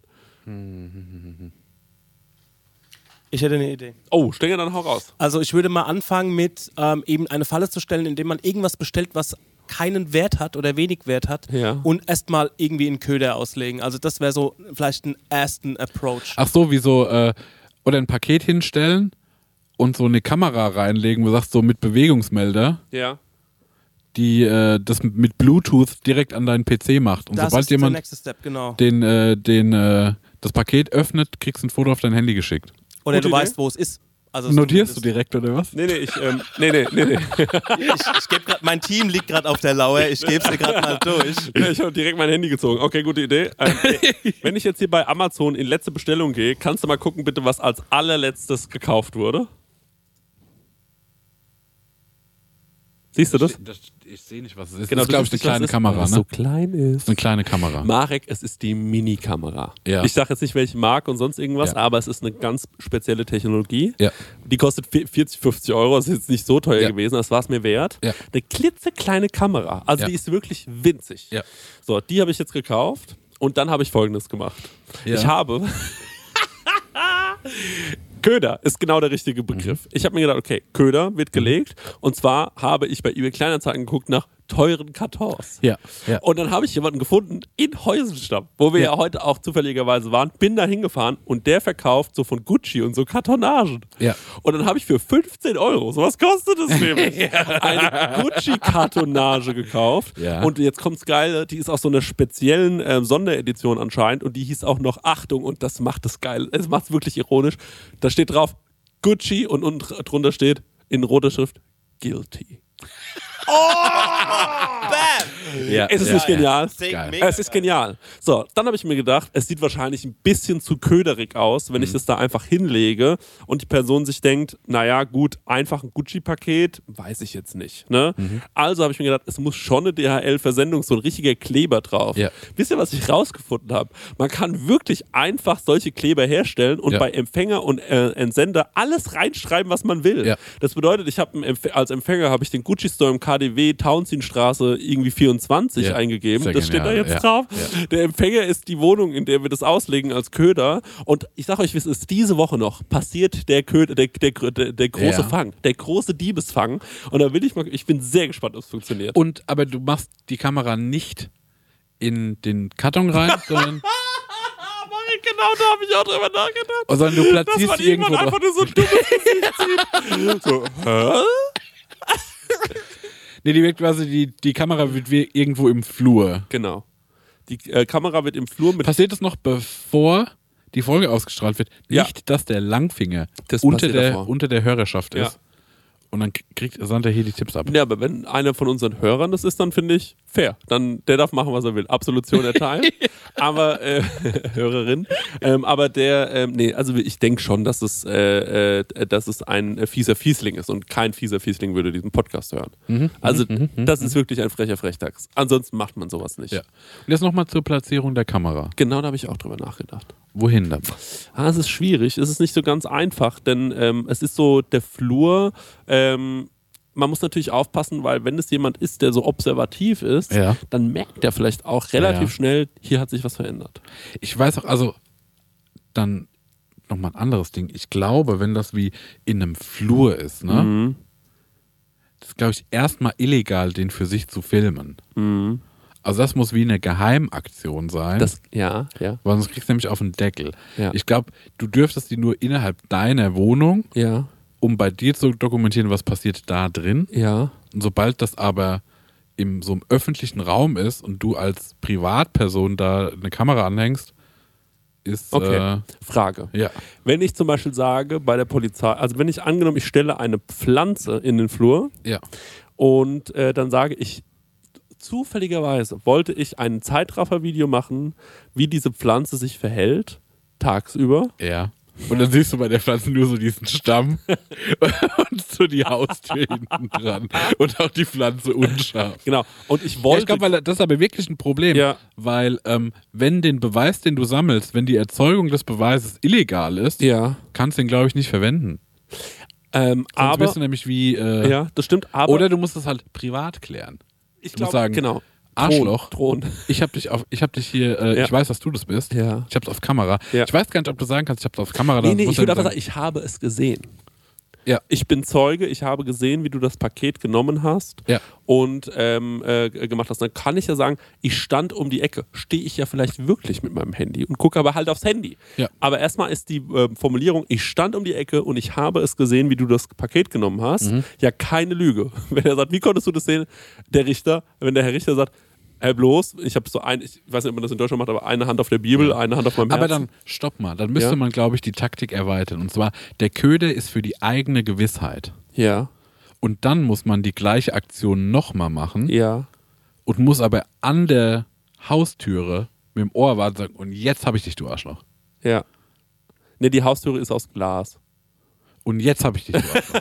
Ich hätte eine Idee. Oh, Stenger, dann hau raus. Also ich würde mal anfangen mit ähm, eben eine Falle zu stellen, indem man irgendwas bestellt, was keinen Wert hat oder wenig Wert hat Ja. und erstmal irgendwie in Köder auslegen. Also das wäre so vielleicht ein ersten Approach. Ach so, wie so, äh, oder ein Paket hinstellen und so eine Kamera reinlegen, wo du sagst, so mit Bewegungsmelder, Ja. die äh, das mit Bluetooth direkt an deinen P C macht. Und das sobald ist der jemand nächste Step, genau. den, äh, den, äh, das Paket öffnet, kriegst du ein Foto auf dein Handy geschickt. Oder Gute du Idee. weißt, wo es ist. Also Notierst du zumindest- direkt, oder was? Nee, nee, ich, ähm, nee, nee, nee, nee. Ich, ich geb grad, mein Team liegt gerade auf der Lauer. Ich gebe es dir gerade mal durch. Ja, ich habe direkt mein Handy gezogen. Okay, gute Idee. Ähm, wenn ich jetzt hier bei Amazon in letzte Bestellung gehe, kannst du mal gucken, bitte, was als allerletztes gekauft wurde? Siehst du das? Ich sehe nicht, was es ist. Genau, das ist, glaube ich, du eine siehst nicht, was kleine es ist, Kamera, weil es ne? so klein ist. Das ist eine kleine Kamera. Marek, es ist die Mini-Kamera. Ja. Ich sage jetzt nicht, welche Marke und sonst irgendwas, Ja. aber es ist eine ganz spezielle Technologie. Ja. Die kostet vierzig, fünfzig Euro, das ist jetzt nicht so teuer Ja. gewesen, das war es mir wert. Ja. Eine klitzekleine Kamera, also Ja. die ist wirklich winzig. Ja. So, die habe ich jetzt gekauft und dann habe ich Folgendes gemacht. Ja. Ich habe... Köder ist genau der richtige Begriff. Mhm. Ich habe mir gedacht, okay, Köder wird gelegt und zwar habe ich bei eBay Kleinanzeigen geguckt nach teuren Kartons. Ja. Ja. Und dann habe ich jemanden gefunden in Heusenstamm, wo wir ja. Ja. heute auch zufälligerweise waren, bin da hingefahren und der verkauft so von Gucci und so Kartonagen. Ja. Und dann habe ich für fünfzehn Euro, so was kostet es nämlich, eine Gucci-Kartonage gekauft. Ja. Und jetzt kommt's Geile, die ist aus so einer speziellen ähm, Sonderedition anscheinend und die hieß auch noch Achtung und das macht es geil. Es macht es wirklich ironisch. Da steht drauf Gucci und unten dr- drunter steht in roter Schrift Guilty. Ja. Es ist ja. nicht genial. Geil. Es ist genial. So, dann habe ich mir gedacht, es sieht wahrscheinlich ein bisschen zu köderig aus, wenn ich das da einfach hinlege und die Person sich denkt, naja, gut, einfach ein Gucci-Paket, weiß ich jetzt nicht. Ne? Also habe ich mir gedacht, es muss schon eine D H L-Versendung, so ein richtiger Kleber drauf. Ja. Wisst ihr, was ich rausgefunden habe? Man kann wirklich einfach solche Kleber herstellen und Ja. bei Empfänger und äh, Entsender alles reinschreiben, was man will. Ja. Das bedeutet, ich habe als Empfänger habe ich den Gucci Store im K D W Townsendstraße irgendwie vierundzwanzig Ja. eingegeben. Sehr Das steht da genial. jetzt Ja. drauf. Der Empfänger ist die Wohnung, in der wir das auslegen als Köder. Und ich sage euch, wie es ist, diese Woche noch passiert der Köder, der, der, der, der große Ja. Fang, der große Diebesfang. Und da will ich mal, ich bin sehr gespannt, ob es funktioniert. Und, aber du machst die Kamera nicht in den Karton rein, sondern, Genau, da habe ich auch drüber nachgedacht. sondern du Dass platzierst man sie irgendwo irgendwann drauf. einfach nur so ein dummes Gesicht sieht. So, hä? Nee, die wird quasi, die, die Kamera wird wie irgendwo im Flur. Genau. Die äh, Kamera wird im Flur mit Passiert es noch, bevor die Folge ausgestrahlt wird? Ja. Nicht, dass der Langfinger Das unter passiert der, davor. unter der Hörerschaft Ja. ist. Und dann kriegt Sandra hier die Tipps ab. Ja, aber wenn einer von unseren Hörern das ist, dann finde ich fair. Dann der darf machen, was er will. Absolution erteilen. aber äh, Hörerin. Ähm, aber der, ähm, nee, also ich denke schon, dass es, äh, äh, dass es ein äh, fieser Fiesling ist und kein fieser Fiesling würde diesen Podcast hören. Mhm, also das ist wirklich ein frecher Frechdachs. Ansonsten macht man sowas nicht. Ja. Und jetzt nochmal zur Platzierung der Kamera. Genau, da habe ich auch drüber nachgedacht. Wohin dann? Ah, es ist schwierig, es ist nicht so ganz einfach, denn ähm, es ist so der Flur, ähm, man muss natürlich aufpassen, weil wenn es jemand ist, der so observativ ist, Ja. dann merkt er vielleicht auch relativ Ja. schnell, hier hat sich was verändert. Ich weiß auch, also dann nochmal ein anderes Ding. Ich glaube, wenn das wie in einem Flur ist, ne? Mhm. Das ist, glaube ich, erstmal illegal, den für sich zu filmen. Mhm. Also das muss wie eine Geheimaktion sein. Das, ja, ja, weil sonst kriegst du nämlich auf den Deckel. Ja. Ich glaube, du dürftest die nur innerhalb deiner Wohnung, ja, um bei dir zu dokumentieren, was passiert da drin. ja. Und sobald das aber in so einem öffentlichen Raum ist und du als Privatperson da eine Kamera anhängst, ist Okay. Frage. äh, ja. Wenn ich zum Beispiel sage bei der Polizei, also wenn ich angenommen, ich stelle eine Pflanze in den Flur Ja. und äh, dann sage ich, zufälligerweise wollte ich ein Zeitraffer-Video machen, wie diese Pflanze sich verhält, tagsüber. Ja. Und dann siehst du bei der Pflanze nur so diesen Stamm und so die Haustür hinten dran. Und auch die Pflanze unscharf. Genau. Und ich Ja, wollte. ich glaube, weil das ist aber wirklich ein Problem. Ja. Weil, ähm, wenn den Beweis, den du sammelst, wenn die Erzeugung des Beweises illegal ist, ja. kannst du den, glaube ich, nicht verwenden. Ähm, Sonst aber. bist du nämlich wie. Äh, Ja, das stimmt. Aber oder du musst es halt privat klären. ich du musst glaube, sagen, genau. Arschloch. Thron. Ich habe dich auf, ich habe dich hier, äh, Ja. ich weiß, dass du das bist. Ja. Ich habe es auf Kamera. Ja. Ich weiß gar nicht, ob du sagen kannst, ich habe es auf Kamera. Nee, dann nee, muss ich er würde einfach sagen- sagen, ich habe es gesehen. Ja. Ich bin Zeuge, ich habe gesehen, wie du das Paket genommen hast Ja. und ähm, äh, gemacht hast. Dann kann ich ja sagen, ich stand um die Ecke. Stehe ich ja vielleicht wirklich mit meinem Handy und gucke aber halt aufs Handy. Ja. Aber erstmal ist die äh, Formulierung, ich stand um die Ecke und ich habe es gesehen, wie du das Paket genommen hast, Mhm. ja keine Lüge. Wenn er sagt, wie konntest du das sehen? Der Richter, wenn der Herr Richter sagt, Hey, bloß, ich habe so ein, ich weiß nicht, ob man das in Deutschland macht, aber eine Hand auf der Bibel, eine Hand auf meinem Herzen. Aber dann, stopp mal, dann müsste Ja. man, glaube ich, die Taktik erweitern. Und zwar, der Köder ist für die eigene Gewissheit. Ja, Und dann muss man die gleiche Aktion nochmal machen ja. und muss aber an der Haustüre mit dem Ohr warten und sagen, und jetzt habe ich dich, du Arschloch. Ja. Ne, die Haustüre ist aus Glas. Und jetzt habe ich dich, du Arschloch.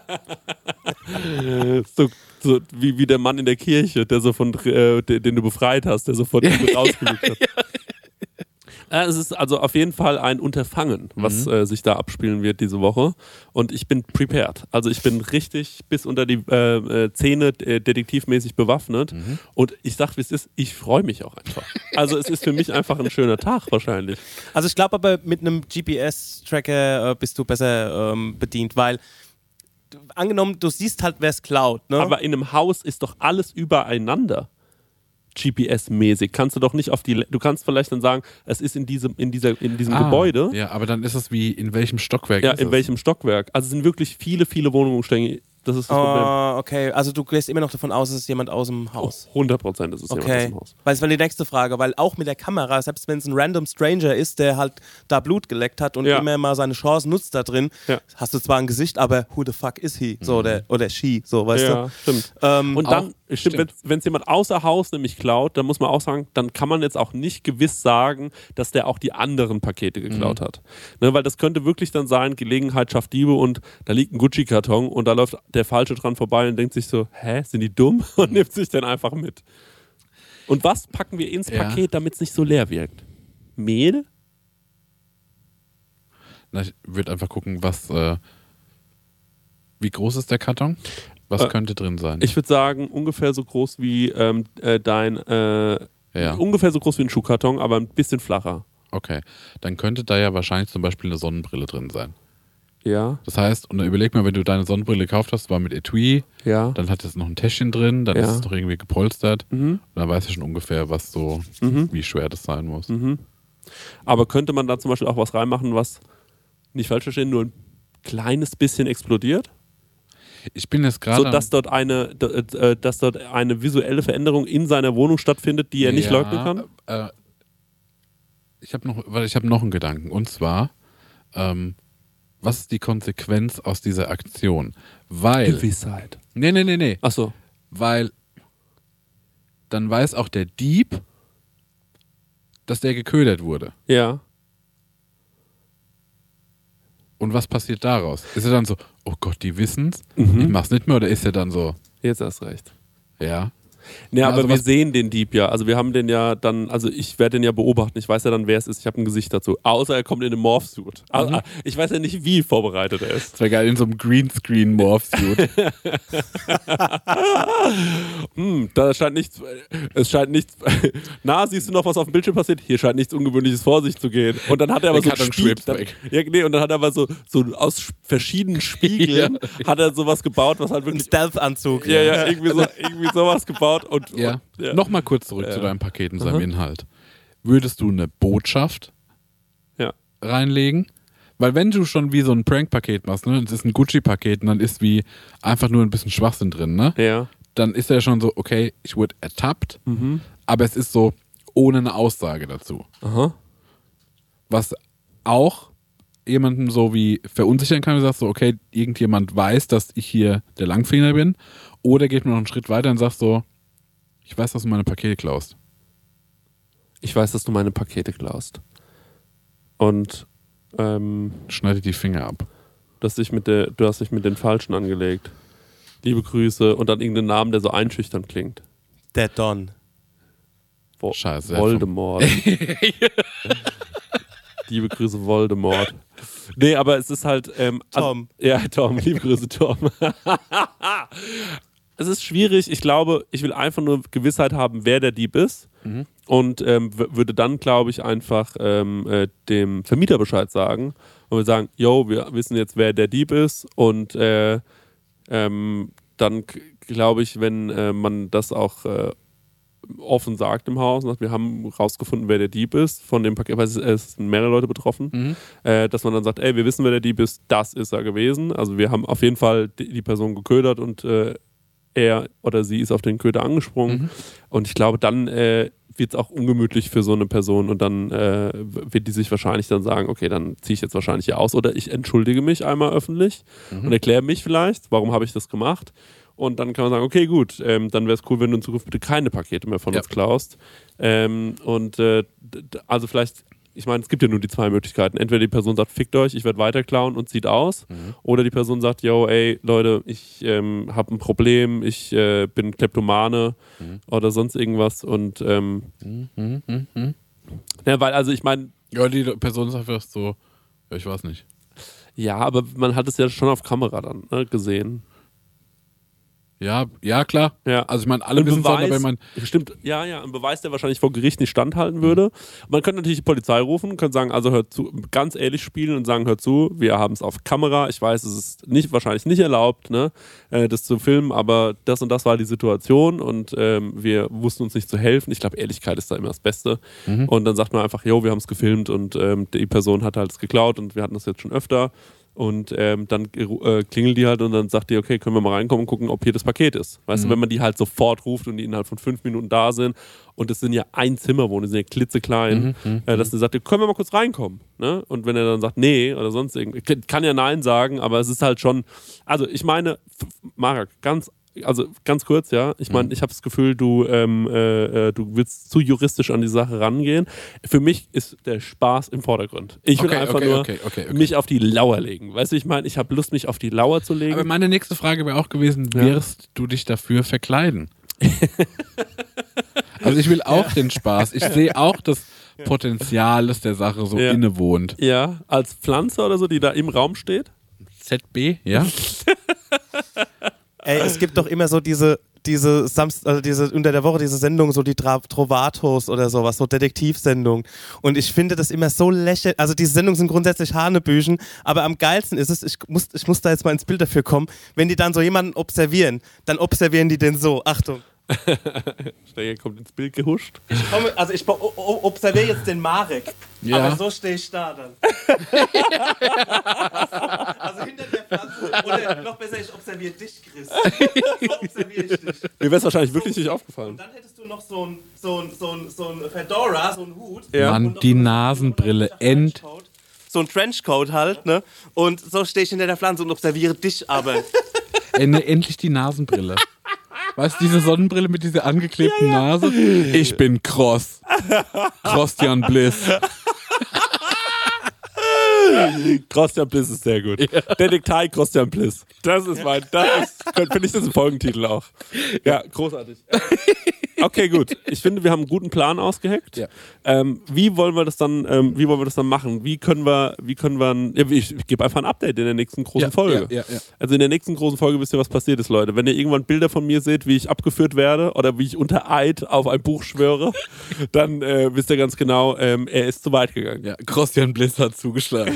So, so wie, wie der Mann in der Kirche, der so von, äh, den, den du befreit hast, der sofort rausgelegt hat. Äh, es ist also auf jeden Fall ein Unterfangen, was äh, sich da abspielen wird diese Woche. Und ich bin prepared. Also ich bin richtig bis unter die äh, äh, Zähne äh, detektivmäßig bewaffnet. Und ich sag, wie es ist, ich freue mich auch einfach. Also es ist für mich einfach ein schöner Tag wahrscheinlich. Also ich glaube aber mit einem G P S-Tracker äh, bist du besser ähm, bedient, weil du, angenommen, du siehst halt, wer es klaut. Ne? Aber in einem Haus ist doch alles übereinander. G P S-mäßig. Kannst du doch nicht auf die. Du kannst vielleicht dann sagen, es ist in diesem, in dieser, in diesem Ah, Gebäude. Ja, aber dann ist es wie, in welchem Stockwerk Ja, ist in es? welchem Stockwerk. Also es sind wirklich viele, viele Wohnungen stehen. Das ist das Problem. Ah, okay, also du gehst immer noch davon aus, es ist jemand aus dem Haus. hundert Prozent ist es jemand aus Okay, dem Haus. weil es war die nächste Frage, weil auch mit der Kamera, selbst wenn es ein random Stranger ist, der halt da Blut geleckt hat und Ja. immer mal seine Chance nutzt da drin, Ja. hast du zwar ein Gesicht, aber who the fuck is he? So, der, oder she, so, weißt Ja, du? stimmt. Ähm, Und dann, Auch- stimmt, stimmt. wenn es jemand außer Haus nämlich klaut, dann muss man auch sagen, dann kann man jetzt auch nicht gewiss sagen, dass der auch die anderen Pakete geklaut hat. Ne, weil das könnte wirklich dann sein, Gelegenheit schafft Diebe und da liegt ein Gucci-Karton und da läuft der Falsche dran vorbei und denkt sich so, hä, sind die dumm? Und nimmt sich dann einfach mit. Und was packen wir ins Ja. Paket, damit es nicht so leer wirkt? Mehl? Na, ich würde einfach gucken, was, äh, wie groß ist der Karton? Was Äh, könnte drin sein? Ich würde sagen, ungefähr so groß wie ähm, äh, dein, äh, ja, ungefähr so groß wie ein Schuhkarton, aber ein bisschen flacher. okay. Dann könnte da ja wahrscheinlich zum Beispiel eine Sonnenbrille drin sein. Ja, Das heißt, und dann überleg mal, wenn du deine Sonnenbrille gekauft hast, war mit Etui, ja. dann hat es noch ein Täschchen drin, dann Ja. ist es doch irgendwie gepolstert. Mhm. Und dann weißt du schon ungefähr, was so, Mhm. wie schwer das sein muss. Mhm. Aber könnte man da zum Beispiel auch was reinmachen, was, nicht falsch verstehen, nur ein kleines bisschen explodiert? Ich bin jetzt gerade. So dass dort eine, d- äh, dass dort eine visuelle Veränderung in seiner Wohnung stattfindet, die er nicht Ja, leugnen kann? Äh, ich habe noch, weil ich habe noch einen Gedanken. Und zwar, ähm, was ist die Konsequenz aus dieser Aktion? Weil. Gewissheit. Nee, nee, nee, nee. Achso. Weil dann weiß auch der Dieb, dass der geködert wurde. Ja. Und was passiert daraus? Ist er dann so, oh Gott, die wissen's, Mhm. ich mach's nicht mehr, oder ist er dann so, Jetzt hast recht. ja? Nee, Ja, aber also wir was- sehen den Dieb ja. Also wir haben den ja dann, also ich werde den ja beobachten. Ich weiß ja dann, wer es ist. Ich habe ein Gesicht dazu. Außer er kommt in einem Morphsuit. Also, ich weiß ja nicht, wie vorbereitet er ist. Das wäre geil, in so einem Greenscreen-Morph-Suit. Hm, da scheint nichts, es scheint nichts, na, siehst du noch, was auf dem Bildschirm passiert? Hier scheint nichts Ungewöhnliches vor sich zu gehen. Und dann hat er aber Der so Karton Spiegel- schwebst dann, weg. ja, nee, und dann hat er aber so, so aus sch- verschiedenen Spiegeln hat er sowas gebaut, was halt ein wirklich, Stealth-Anzug. ja, ja, irgendwie, so, irgendwie sowas gebaut und, Ja. und ja. Nochmal kurz zurück zu deinem Paket und seinem Inhalt. Würdest du eine Botschaft Ja. reinlegen? Weil wenn du schon wie so ein Prank-Paket machst, ne, und es ist ein Gucci-Paket und dann ist wie einfach nur ein bisschen Schwachsinn drin, ne? Ja. Dann ist er schon so, okay, ich wurde ertappt, Mhm. aber es ist so ohne eine Aussage dazu. Aha. Was auch jemanden so wie verunsichern kann, du sagst so, okay, irgendjemand weiß, dass ich hier der Langfinger bin, oder geht man noch einen Schritt weiter und sagt so, ich weiß, dass du meine Pakete klaust. Ich weiß, dass du meine Pakete klaust. Und ähm, Schneide die Finger ab. dass dich mit der, du hast dich mit den Falschen angelegt. Liebe Grüße und dann irgendeinen Namen, der so einschüchternd klingt. Der Don. Vo- Scheiße. Voldemort. Liebe Grüße, Voldemort. Nee, aber es ist halt. Ähm, Tom. Also, ja, Tom, liebe Grüße, Tom. es ist schwierig. Ich glaube, ich will einfach nur Gewissheit haben, wer der Dieb ist. Mhm. Und ähm, w- würde dann, glaube ich, einfach ähm, äh, dem Vermieter Bescheid sagen. Und wir sagen, yo, wir wissen jetzt, wer der Dieb ist. Und äh, ähm, dann glaube ich, wenn äh, man das auch äh, offen sagt im Haus, und sagt, wir haben rausgefunden, wer der Dieb ist von dem Paket, weil es, es sind mehrere Leute betroffen, Mhm. äh, dass man dann sagt, ey, wir wissen, wer der Dieb ist, das ist er gewesen. Also wir haben auf jeden Fall die, die Person geködert und äh, er oder sie ist auf den Köder angesprungen. Mhm. Und ich glaube, dann äh, wird es auch ungemütlich für so eine Person und dann äh, wird die sich wahrscheinlich dann sagen, okay, dann ziehe ich jetzt wahrscheinlich hier aus oder ich entschuldige mich einmal öffentlich Mhm. und erkläre mich vielleicht, warum habe ich das gemacht. Und dann kann man sagen, okay, gut, ähm, dann wäre es cool, wenn du in Zukunft bitte keine Pakete mehr von Ja. uns klaust. Ähm, und äh, d- d- also vielleicht, ich meine, es gibt ja nur die zwei Möglichkeiten. Entweder die Person sagt, fickt euch, ich werde weiter klauen und zieht aus. Mhm. Oder die Person sagt, yo, ey, Leute, ich ähm, habe ein Problem, ich äh, bin Kleptomane Mhm. oder sonst irgendwas. Und ähm, Mhm. Mhm. Mhm. ja, weil, also ich meine, Ja, die Person ist einfach so, ja, ich weiß nicht. ja, aber man hat es ja schon auf Kamera dann ne, gesehen. Ja, ja, klar. Ja. Also ich meine, alle Ein wissen es auch, Beweis, wenn man. stimmt, ja, ja, ein Beweis, der wahrscheinlich vor Gericht nicht standhalten würde. Man könnte natürlich die Polizei rufen, könnte sagen, also hört zu, ganz ehrlich spielen und sagen, hört zu, wir haben es auf Kamera, ich weiß, es ist nicht, wahrscheinlich nicht erlaubt, ne, äh, das zu filmen, aber das und das war die Situation und ähm, wir wussten uns nicht zu helfen. Ich glaube, Ehrlichkeit ist da immer das Beste. Mhm. Und dann sagt man einfach, jo, wir haben es gefilmt und ähm, die Person hat halt es geklaut und wir hatten das jetzt schon öfter. Und ähm, dann äh, klingelt die halt und dann sagt die, okay, können wir mal reinkommen und gucken, ob hier das Paket ist. Weißt Mhm. du, wenn man die halt sofort ruft und die innerhalb von fünf Minuten da sind und es sind ja ein Zimmerwohnungen, die sind ja klitzeklein, Mhm, mhm, äh, dass die sagt, können wir mal kurz reinkommen. Ne? Und wenn er dann sagt, nee oder sonst irgendwie, kann ja Nein sagen, aber es ist halt schon, also ich meine, f- Marek, ganz also ganz kurz, ja, ich meine, ich habe das Gefühl, du, ähm, äh, äh, du willst zu juristisch an die Sache rangehen. Für mich ist der Spaß im Vordergrund. Ich will Okay, einfach okay, nur okay, okay, okay. mich auf die Lauer legen. Weißt du, ich meine, ich habe Lust, mich auf die Lauer zu legen. Aber meine nächste Frage wäre auch gewesen, Ja. wirst du dich dafür verkleiden? Also ich will auch den Spaß. Ich sehe auch das Potenzial, das der Sache so Ja. innewohnt. Ja, als Pflanze oder so, die da im Raum steht. Z B, ja? Ey, es gibt doch immer so diese, diese Samst also diese unter der Woche diese Sendung, so die Tra Trovatos oder sowas, so Detektivsendungen. Und ich finde das immer so lächerlich. Also diese Sendungen sind grundsätzlich Hanebüchen, aber am geilsten ist es, ich muss, ich muss da jetzt mal ins Bild dafür kommen, wenn die dann so jemanden observieren, dann observieren die den so. Achtung. Der kommt ins Bild gehuscht. Ich komme, also ich o- o- observiere jetzt den Marek. Ja. Aber so stehe ich da dann. Also hinter der Pflanze. Oder noch besser, ich observiere dich, Chris. So observiere ich dich. Mir wäre es wahrscheinlich wirklich nicht aufgefallen. Und dann hättest du noch so ein, so ein, so ein, so ein Fedora, so ein Hut. Ja. Mann, Und noch die so ein- Nasenbrille, end. Trenchcoat. So ein Trenchcoat halt, ne? Und so stehe ich hinter der Pflanze und observiere dich aber. Ey, ne, endlich die Nasenbrille. Weißt du, diese Sonnenbrille mit dieser angeklebten Nase? Ich bin Cross. Christian Bliss. Christian Bliss ist sehr gut. Detektiv Christian Bliss. Das ist mein, das ist, finde ich, das ist ein Folgentitel auch. Ja, großartig. Okay, gut. Ich finde, wir haben einen guten Plan ausgeheckt. Ja. Ähm, wie wollen wir das dann, ähm, wie wollen wir das dann machen? Wie können wir, wie können wir, ja, ich, ich gebe einfach ein Update in der nächsten großen Ja, Folge. ja, ja, ja. Also in der nächsten großen Folge wisst ihr, was passiert ist, Leute. Wenn ihr irgendwann Bilder von mir seht, wie ich abgeführt werde oder wie ich unter Eid auf ein Buch schwöre, dann äh, wisst ihr ganz genau, ähm, er ist zu weit gegangen. Ja, Christian Bliss hat zugeschlagen.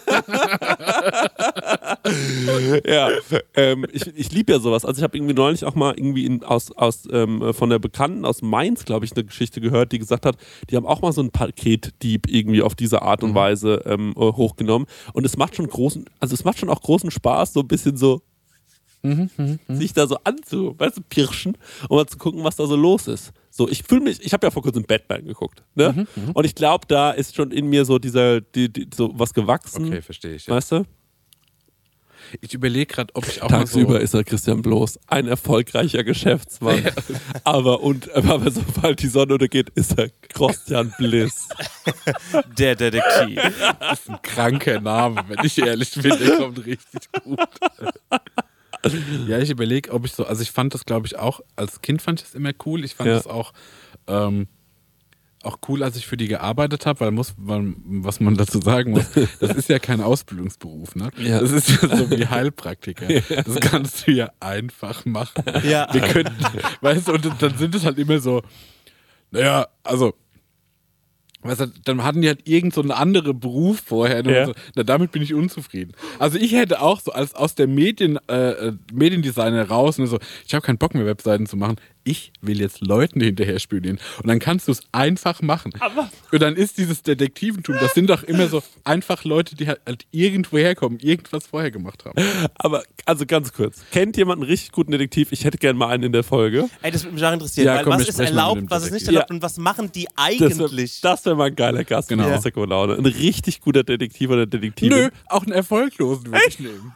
Ja, ähm, ich, ich liebe ja sowas. Also ich habe irgendwie neulich auch mal irgendwie in, aus, aus, ähm, von der Bekannten aus Mainz, glaube ich, eine Geschichte gehört, die gesagt hat, die haben auch mal so einen Paketdieb irgendwie auf diese Art und Weise ähm, äh, hochgenommen. Und es macht schon großen, also es macht schon auch großen Spaß, so ein bisschen so sich da so anzu, weißt du, pirschen, um mal zu gucken, was da so los ist. So, ich fühle mich, ich habe ja vor kurzem Batman geguckt, ne? Und ich glaube, da ist schon in mir so dieser, die, die, so was gewachsen, Okay, verstehe ich. Ja. weißt du? Ich überlege gerade, ob ich auch Tagsüber mal so... ist er Christian Bloß ein erfolgreicher Geschäftsmann. aber, und, aber sobald die Sonne untergeht, ist er Christian Bliss. Der Detektiv. Das ist ein kranker Name, wenn ich ehrlich bin, der kommt richtig gut. Ja, ich überlege, ob ich so, also ich fand das, glaube ich, auch, als Kind fand ich das immer cool. Ich fand Ja. das auch, ähm, auch cool, als ich für die gearbeitet habe, weil muss, weil, was man dazu sagen muss, das ist ja kein Ausbildungsberuf, ne? Ja. Das ist ja so wie Heilpraktiker. Das kannst du ja einfach machen. Ja. Wir könnten, weißt du, und dann sind es halt immer so, naja, also, weißt du, dann hatten die halt irgend so einen anderen Beruf vorher. Ne? Ja. So, na, damit bin ich unzufrieden. Also ich hätte auch so als aus der Medien, äh, Mediendesigner raus, ne, so, ich habe keinen Bock mehr, Webseiten zu machen. Ich will jetzt Leuten hinterher spionieren. Und dann kannst du es einfach machen. Aber Und dann ist dieses Detektiventum, das sind doch immer so einfach Leute, die halt, halt irgendwo herkommen, irgendwas vorher gemacht haben. Aber, also ganz kurz. Kennt jemand einen richtig guten Detektiv? Ich hätte gerne mal einen in der Folge. Ey, das würde mich auch interessieren, Ja, weil komm, wir was ist sprechen mal mit erlaubt, dem was ist nicht Detektiv. erlaubt Ja. und was machen die Das wäre eigentlich? wär mal ein geiler Gast. Genau. Mit Prosecco Laune. Ein richtig guter Detektiv oder Detektivin. Nö, auch einen erfolglosen würde ich nehmen.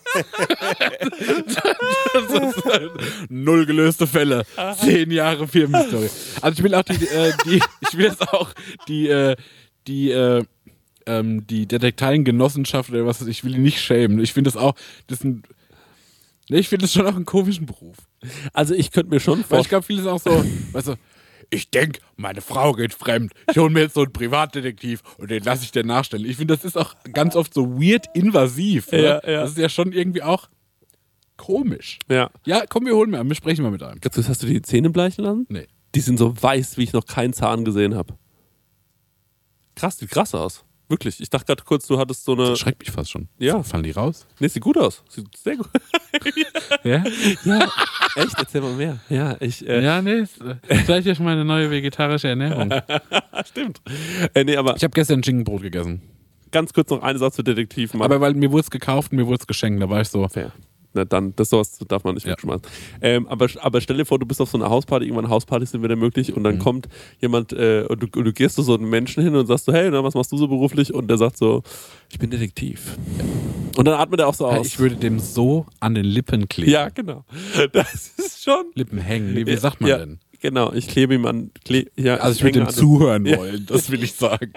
Das ist halt null gelöste Fälle. Zehn Jahre Firmenhistorie. Also ich will auch die, äh, die ich will jetzt auch die, äh, die, äh, ähm, die Detekteiengenossenschaft oder was, ich will die nicht schämen. Ich finde das auch, das ist ein, nee, ich finde das schon auch einen komischen Beruf. Also ich könnte mir schon Weil ich vorstellen. glaube, viele sind auch so, weißt du, ich denke, meine Frau geht fremd. Ich hole mir jetzt so einen Privatdetektiv und den lasse ich dir nachstellen. Ich finde, das ist auch ganz oft so weird invasiv. Ne? Ja, ja. Das ist ja schon irgendwie auch komisch. Ja. Ja, komm, wir holen mal, wir sprechen mal mit einem. Ganz kurz, hast du die Zähne bleichen lassen? Nee. Die sind so weiß, wie ich noch keinen Zahn gesehen habe. Krass, sieht krass aus. Wirklich. Ich dachte gerade kurz, du hattest so eine. Das schreckt mich fast schon. Ja. Fallen die raus? Nee, sieht gut aus. Sieht sehr gut. Ja? Ja, echt? Erzähl mal mehr. Ja, ich. Äh, Ja, nee, ist äh, vielleicht ja schon meine neue vegetarische Ernährung. Stimmt. Äh, nee, aber Ich habe gestern Schinkenbrot gegessen. ganz kurz noch eine Sache zu Detektiven. Aber weil mir wurde es gekauft und mir wurde es geschenkt, da war ich so. Fair. Na dann, das sowas darf man nicht Ja. wegschmeißen. Ähm, aber, aber stell dir vor, du bist auf so einer Hausparty, irgendwann Hauspartys sind wieder möglich und dann Mhm. kommt jemand äh, und, du, und du gehst zu so einem Menschen hin und sagst so, hey, na, was machst du so beruflich? Und der sagt so, ich bin Detektiv. Und dann atmet er auch so Ja, aus. ich würde dem so an den Lippen kleben. ja, genau. Das ist schon... Lippen hängen. Nee, wie sagt man ja, denn? Genau, ich klebe ihm an... Kle ja, Also ich würde hänge dem an- zuhören Ja. wollen, das will ich sagen.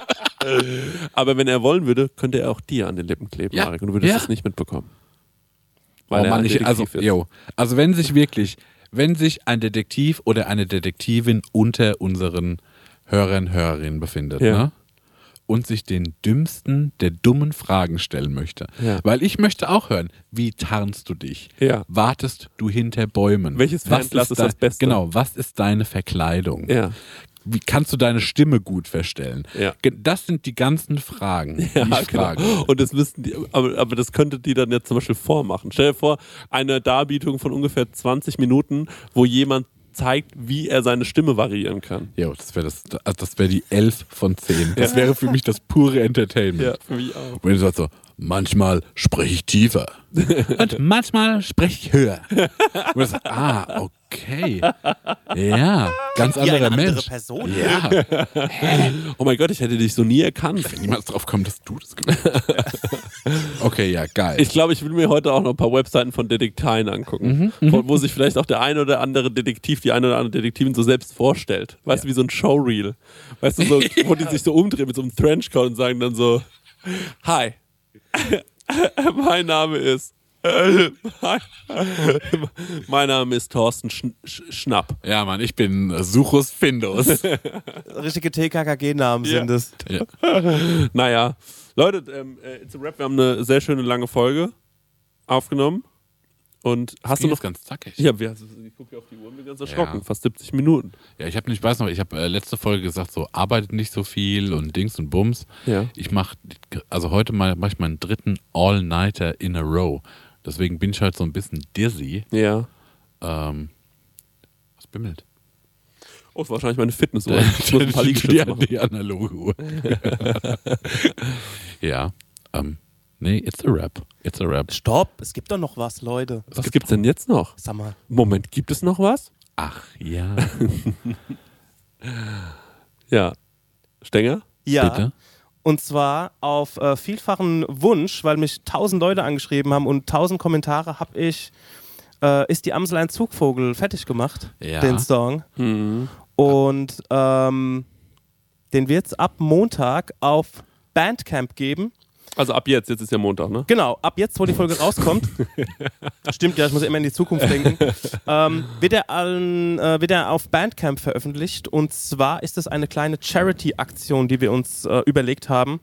Aber wenn er wollen würde, könnte er auch dir an den Lippen kleben, Ja. Marek, und du würdest Ja. es nicht mitbekommen. Oh er Mann, ein ich, also, Detektiv ist. yo, also wenn sich wirklich, wenn sich ein Detektiv oder eine Detektivin unter unseren Hörern, Hörerinnen befindet, Ja. ne? Und sich den dümmsten der dummen Fragen stellen möchte. Ja. Weil ich möchte auch hören, wie tarnst du dich? Ja. Wartest du hinter Bäumen? Welches Fernglas ist dein- das Beste? Genau, was ist deine Verkleidung? Ja. Wie kannst du deine Stimme gut verstellen? Ja. Ge- Das sind die ganzen Fragen, die Ja, ich genau. frage. Und das müssten die, aber, aber das könnte die dann jetzt zum Beispiel vormachen. Stell dir vor, eine Darbietung von ungefähr zwanzig Minuten, wo jemand zeigt, wie er seine Stimme variieren kann. Ja, das wäre das, also das wäre die elf von zehn. Das Ja. wäre für mich das pure Entertainment. für mich auch. Und du sagst so, manchmal spreche ich tiefer. Und manchmal spreche ich höher. Und du sagst, ah, okay. Ja, ganz Wie eine anderer andere Mensch. Person. Ja, Oh mein Gott, ich hätte dich so nie erkannt. niemals drauf kommen, dass du das gemacht hast. Okay, ja, geil. Ich glaube, ich will mir heute auch noch ein paar Webseiten von Detekteien angucken, wo, wo sich vielleicht auch der eine oder andere Detektiv, die eine oder andere Detektivin so selbst vorstellt. Weißt du, wie so ein Showreel. Weißt du, so, wo die sich so umdrehen mit so einem Trenchcoat und sagen dann so, hi, mein Name ist mein, mein Name ist Thorsten Schn Sch Schnapp. Ja, Mann, ich bin Suchus Findus. Richtige T K K G-Namen Ja. sind es. Ja. Naja, Leute, ähm, äh, It's a Rap, wir haben eine sehr schöne lange Folge aufgenommen. Und hast du Ging noch... jetzt ganz zackig. Ja, wir, ich gucke auf die Uhr und bin ganz erschrocken. Ja. Fast siebzig Minuten. Ja, ich habe nicht, weiß noch, ich habe äh, letzte Folge gesagt, so arbeitet nicht so viel und Dings und Bums. Ja. Ich mache, also heute mal mache ich meinen dritten All-Nighter in a row. Deswegen bin ich halt so ein bisschen dizzy. Ja. Ähm, was bimmelt? Oh, ist wahrscheinlich meine Fitnessuhr. Ich muss ein paar Liegestütze machen. die, die analoge Uhr. Ja. Ähm, nee, it's a rap. It's a rap. Stopp, es gibt doch noch was, Leute. Was gibt's denn jetzt noch? Sag mal. Moment, gibt es noch was? Ach ja. Ja. Stenger? Ja. Bitte? Und zwar auf äh, vielfachen Wunsch, weil mich tausend Leute angeschrieben haben und tausend Kommentare, habe ich äh, Ist die Amsel ein Zugvogel fertig gemacht, Ja. den Song. Mhm. Und ähm, den wird es ab Montag auf Bandcamp geben. Also ab jetzt, jetzt ist ja Montag, ne? Genau, ab jetzt, wo die Folge rauskommt, stimmt ja, ich muss immer in die Zukunft denken, ähm, wird, er an, äh, wird er auf Bandcamp veröffentlicht. Und zwar ist es eine kleine Charity-Aktion, die wir uns äh, überlegt haben.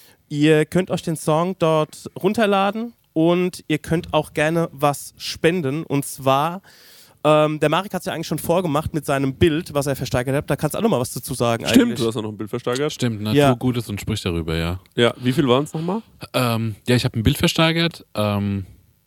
Ihr könnt euch den Song dort runterladen und ihr könnt auch gerne was spenden. Und zwar, ähm, der Marek hat es ja eigentlich schon vorgemacht mit seinem Bild, was er versteigert hat. Da kannst du auch noch mal was dazu sagen. Stimmt, eigentlich. du hast auch noch ein Bild versteigert. Stimmt, ne? Ja. Tu Gutes und sprich darüber, ja. Ja, wie viel waren es nochmal? Ähm, ja, ich habe ein Bild versteigert, ähm,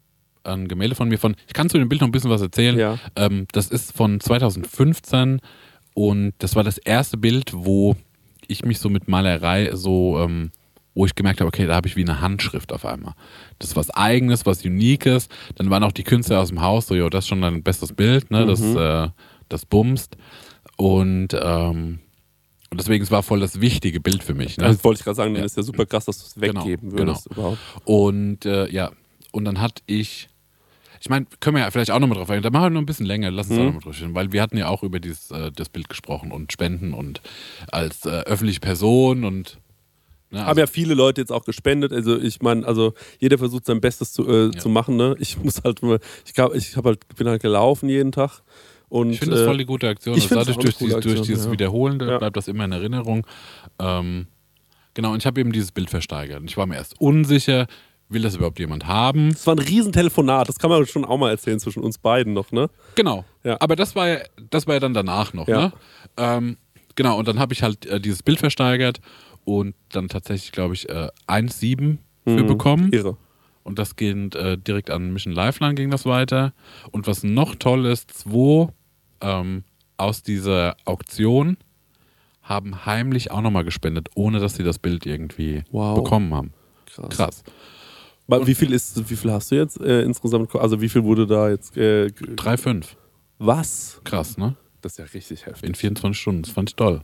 ein Gemälde von mir von, ich kann zu dem Bild noch ein bisschen was erzählen. Ja. Ähm, das ist von zweitausendfünfzehn und das war das erste Bild, wo ich mich so mit Malerei so, ähm, wo ich gemerkt habe, okay, da habe ich wie eine Handschrift auf einmal. Das ist was Eigenes, was Uniques. Dann waren auch die Künstler aus dem Haus so, jo, das ist schon dein bestes Bild, ne? Das, Mhm. äh, das bumst. Und, ähm, und deswegen, es war voll das wichtige Bild für mich. Ne? Das wollte ich gerade sagen, dann Ja. ist ja super krass, dass du es Genau, weggeben würdest überhaupt. Und äh, ja, und dann hatte ich, ich meine, können wir ja vielleicht auch nochmal drauf eingehen, da machen wir noch ein bisschen länger, lass uns Mhm. auch nochmal drüber reden, weil wir hatten ja auch über dieses, äh, das Bild gesprochen und Spenden und als äh, öffentliche Person und ne, Haben ja viele Leute jetzt auch gespendet. Also ich meine, also jeder versucht sein Bestes zu, äh, Ja. zu machen. Ne? Ich muss halt, immer- ich glaube, ich hab halt, bin halt gelaufen jeden Tag. Und, ich finde das äh, voll die gute Aktion. ich Also find's dadurch auch eine durch, coole dieses, durch Aktion, dieses ja. Wiederholende Ja. bleibt das immer in Erinnerung. Ähm, genau, und ich habe eben dieses Bild versteigert. Und ich war mir erst unsicher, will das überhaupt jemand haben? Das war ein Riesentelefonat, das kann man schon auch mal erzählen zwischen uns beiden noch, ne? Genau. Ja. Aber das war ja, das war ja dann danach noch, Ja. ne? Ähm, genau, und dann habe ich halt äh, dieses Bild versteigert und dann tatsächlich, glaube ich, äh, eins Komma sieben für Mhm. bekommen. Irre. Und das geht äh, direkt an Mission Lifeline ging das weiter. Und was noch toll ist, zwei ähm, aus dieser Auktion haben heimlich auch nochmal gespendet, ohne dass sie das Bild irgendwie Wow. bekommen haben. Krass. Krass. Aber Wie viel ist, wie viel hast du jetzt äh, insgesamt? Also wie viel wurde da jetzt? Äh, g- drei Komma fünf. was? Krass, ne? Das ist ja richtig heftig. In vierundzwanzig Stunden. Das fand ich toll.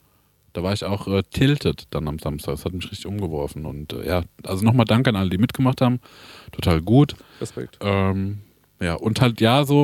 Da war ich auch äh, tilted dann am Samstag. Das hat mich richtig umgeworfen. Und äh, ja, also nochmal Dank an alle, die mitgemacht haben. Total gut. Respekt. Ähm, ja, und halt ja, so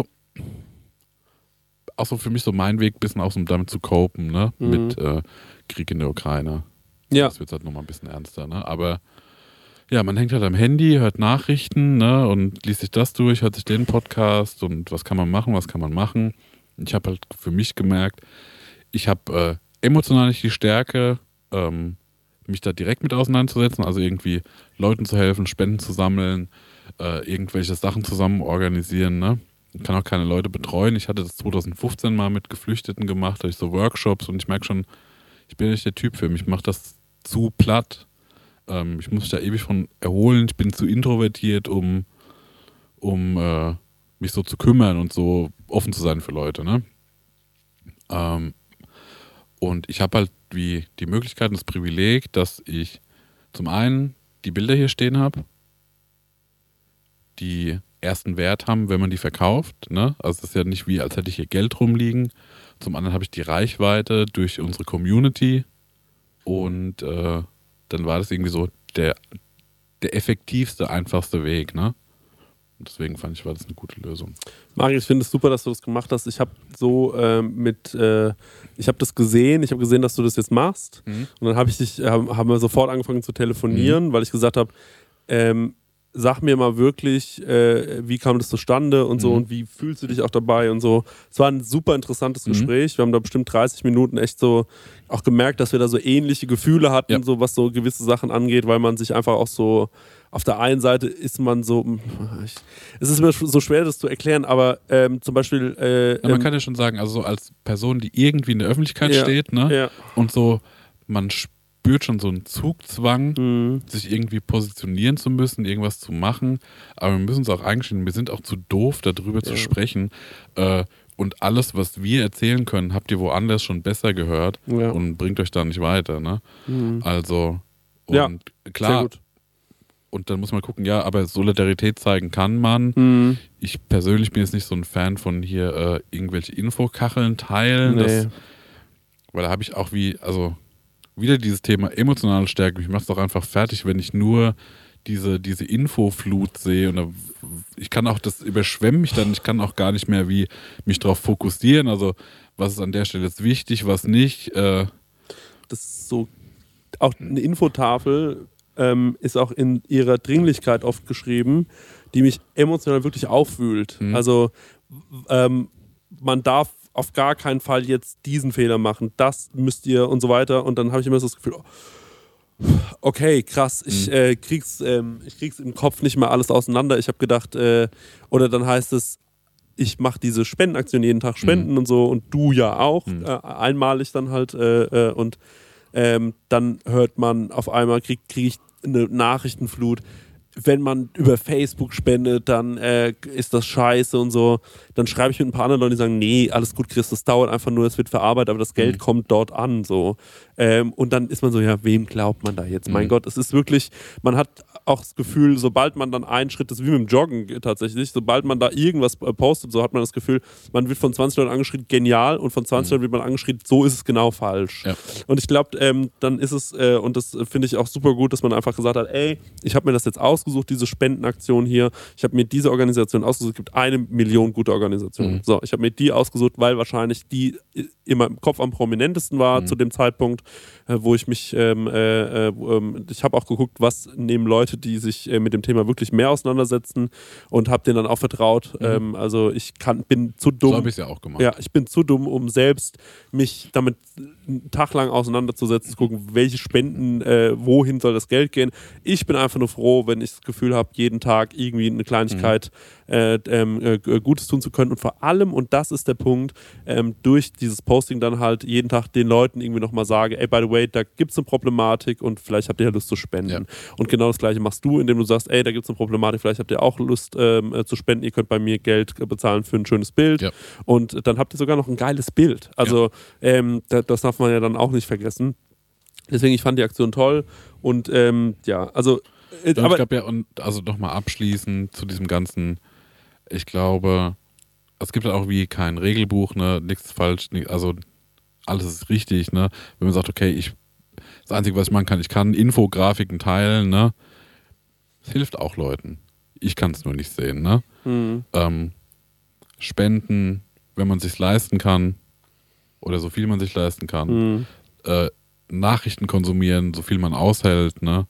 auch so für mich so mein Weg, bisschen auch so damit zu copen, ne? Mhm. Mit äh, Krieg in der Ukraine. Ja. Das wird halt nochmal ein bisschen ernster, ne? Aber ja, man hängt halt am Handy, hört Nachrichten, ne? Und liest sich das durch, hört sich den Podcast und was kann man machen, was kann man machen. Ich habe halt für mich gemerkt, ich habe äh, emotional nicht die Stärke, ähm, mich da direkt mit auseinanderzusetzen, also irgendwie Leuten zu helfen, Spenden zu sammeln, äh, irgendwelche Sachen zusammen organisieren, ne? Ich kann auch keine Leute betreuen. Ich hatte das zweitausendfünfzehn mal mit Geflüchteten gemacht, da hatte ich so Workshops und ich merke schon, ich bin nicht der Typ für mich, ich mache das zu platt. Ähm, ich muss mich da ewig von erholen, ich bin zu introvertiert, um, um äh, mich so zu kümmern und so offen zu sein für Leute, ne? Ähm, und ich habe halt wie die Möglichkeit und das Privileg, dass ich zum einen die Bilder hier stehen habe, die ersten Wert haben, wenn man die verkauft, ne? Also das ist ja nicht wie, als hätte ich hier Geld rumliegen. Zum anderen habe ich die Reichweite durch unsere Community und äh, dann war das irgendwie so der, der effektivste, einfachste Weg, ne? Und deswegen fand ich, war das eine gute Lösung. Mario, ich finde es super, dass du das gemacht hast. Ich habe so ähm, mit, äh, ich habe das gesehen, ich habe gesehen, dass du das jetzt machst. Mhm. Und dann habe ich dich, äh, haben wir sofort angefangen zu telefonieren, weil ich gesagt habe, ähm, sag mir mal wirklich, äh, wie kam das zustande und so Mhm. und wie fühlst du dich auch dabei und so. Es war ein super interessantes Mhm. Gespräch. Wir haben da bestimmt dreißig Minuten echt so auch gemerkt, dass wir da so ähnliche Gefühle hatten, Ja. so was so gewisse Sachen angeht, weil man sich einfach auch so, auf der einen Seite ist man so, ich, es ist mir so schwer, das zu erklären, aber ähm, zum Beispiel äh, Ja, man ähm, kann ja schon sagen, also so als Person, die irgendwie in der Öffentlichkeit Ja, steht, ne? ja. Und so, man spürt schon so einen Zugzwang, Mhm. sich irgendwie positionieren zu müssen, irgendwas zu machen. Aber wir müssen uns auch eingestehen, wir sind auch zu doof, darüber zu Ja. sprechen. Äh, und alles, was wir erzählen können, habt ihr woanders schon besser gehört Ja. und bringt euch da nicht weiter. Ne? Mhm. Also, und Ja, Sehr klar, gut. und dann muss man gucken, ja, aber Solidarität zeigen kann man. Mhm. Ich persönlich bin jetzt nicht so ein Fan von hier äh, irgendwelche Infokacheln teilen. Nee. Das, weil da habe ich auch wie, also wieder dieses Thema emotionale Stärke. Ich mache es doch einfach fertig, wenn ich nur diese, diese Infoflut sehe. Und da, ich kann auch, das überschwemmt mich dann, ich kann auch gar nicht mehr wie mich darauf fokussieren. Also was ist an der Stelle jetzt wichtig, was nicht. Äh, Das ist so, auch eine Infotafel ähm, ist auch in ihrer Dringlichkeit oft geschrieben, die mich emotional wirklich aufwühlt. Mhm. Also ähm, man darf auf gar keinen Fall jetzt diesen Fehler machen, das müsst ihr und so weiter. Und dann habe ich immer so das Gefühl, okay, krass, ich, Mhm. äh, krieg's, ähm, ich krieg's im Kopf nicht mehr alles auseinander. Ich habe gedacht, äh, oder dann heißt es, ich mache diese Spendenaktion jeden Tag spenden Mhm. und so und du ja auch, Mhm. äh, einmalig dann halt äh, äh, und ähm, dann hört man auf einmal, kriege krieg ich eine Nachrichtenflut. Wenn man über Facebook spendet, dann äh, ist das scheiße und so. Dann schreibe ich mit ein paar anderen Leuten, die sagen, nee, alles gut, Chris, das dauert einfach nur, es wird verarbeitet, aber das Geld Mhm. kommt dort an. So. Ähm, und dann ist man so, ja, wem glaubt man da jetzt? Mein Mhm. Gott, es ist wirklich, man hat auch das Gefühl, sobald man dann einen Schritt, das ist wie mit dem Joggen tatsächlich, sobald man da irgendwas äh, postet, so hat man das Gefühl, man wird von zwanzig Leuten angeschrien, genial, und von zwanzig Mhm. Leuten wird man angeschrien, so ist es genau falsch. Ja. Und ich glaube, ähm, dann ist es, äh, und das finde ich auch super gut, dass man einfach gesagt hat, ey, ich habe mir das jetzt ausgesucht, diese Spendenaktion hier, ich habe mir diese Organisation ausgesucht, es gibt eine Million gute Organisationen. Mhm. So, ich habe mir die ausgesucht, weil wahrscheinlich die immer im Kopf am prominentesten war Mhm. zu dem Zeitpunkt, äh, wo ich mich, ähm, äh, äh, ähm, ich habe auch geguckt, was nehmen Leute, die sich äh, mit dem Thema wirklich mehr auseinandersetzen, und habe denen dann auch vertraut. Mhm. Ähm, also ich kann, bin zu dumm. So habe ich es ja auch gemacht. Ja, ich bin zu dumm, um selbst mich damit einen Tag lang auseinanderzusetzen, zu gucken, welche Spenden, äh, wohin soll das Geld gehen. Ich bin einfach nur froh, wenn ich das Gefühl habe, jeden Tag irgendwie eine Kleinigkeit äh, ähm, äh, Gutes tun zu können, und vor allem, und das ist der Punkt, ähm, durch dieses Posting dann halt jeden Tag den Leuten irgendwie nochmal sage, ey, by the way, da gibt es eine Problematik und vielleicht habt ihr ja Lust zu spenden. Ja. Und genau das Gleiche machst du, indem du sagst, ey, da gibt es eine Problematik, vielleicht habt ihr auch Lust ähm, äh, zu spenden, ihr könnt bei mir Geld äh, bezahlen für ein schönes Bild. Ja. Und dann habt ihr sogar noch ein geiles Bild. Also ähm, da, das darf man ja dann auch nicht vergessen. Deswegen, ich fand die Aktion toll. Und ähm, ja, also äh, Und aber ich glaube ja, und also nochmal abschließend zu diesem ganzen, ich glaube, es gibt halt auch wie kein Regelbuch, ne, nichts falsch, nicht, also alles ist richtig, ne, wenn man sagt, okay, ich, das Einzige, was ich machen kann, ich kann Infografiken teilen, ne, es hilft auch Leuten. Ich kann es nur nicht sehen, ne. Mhm. Ähm, spenden, wenn man sich leisten kann, oder so viel man sich leisten kann, Mhm. äh, Nachrichten konsumieren, so viel man aushält, ne?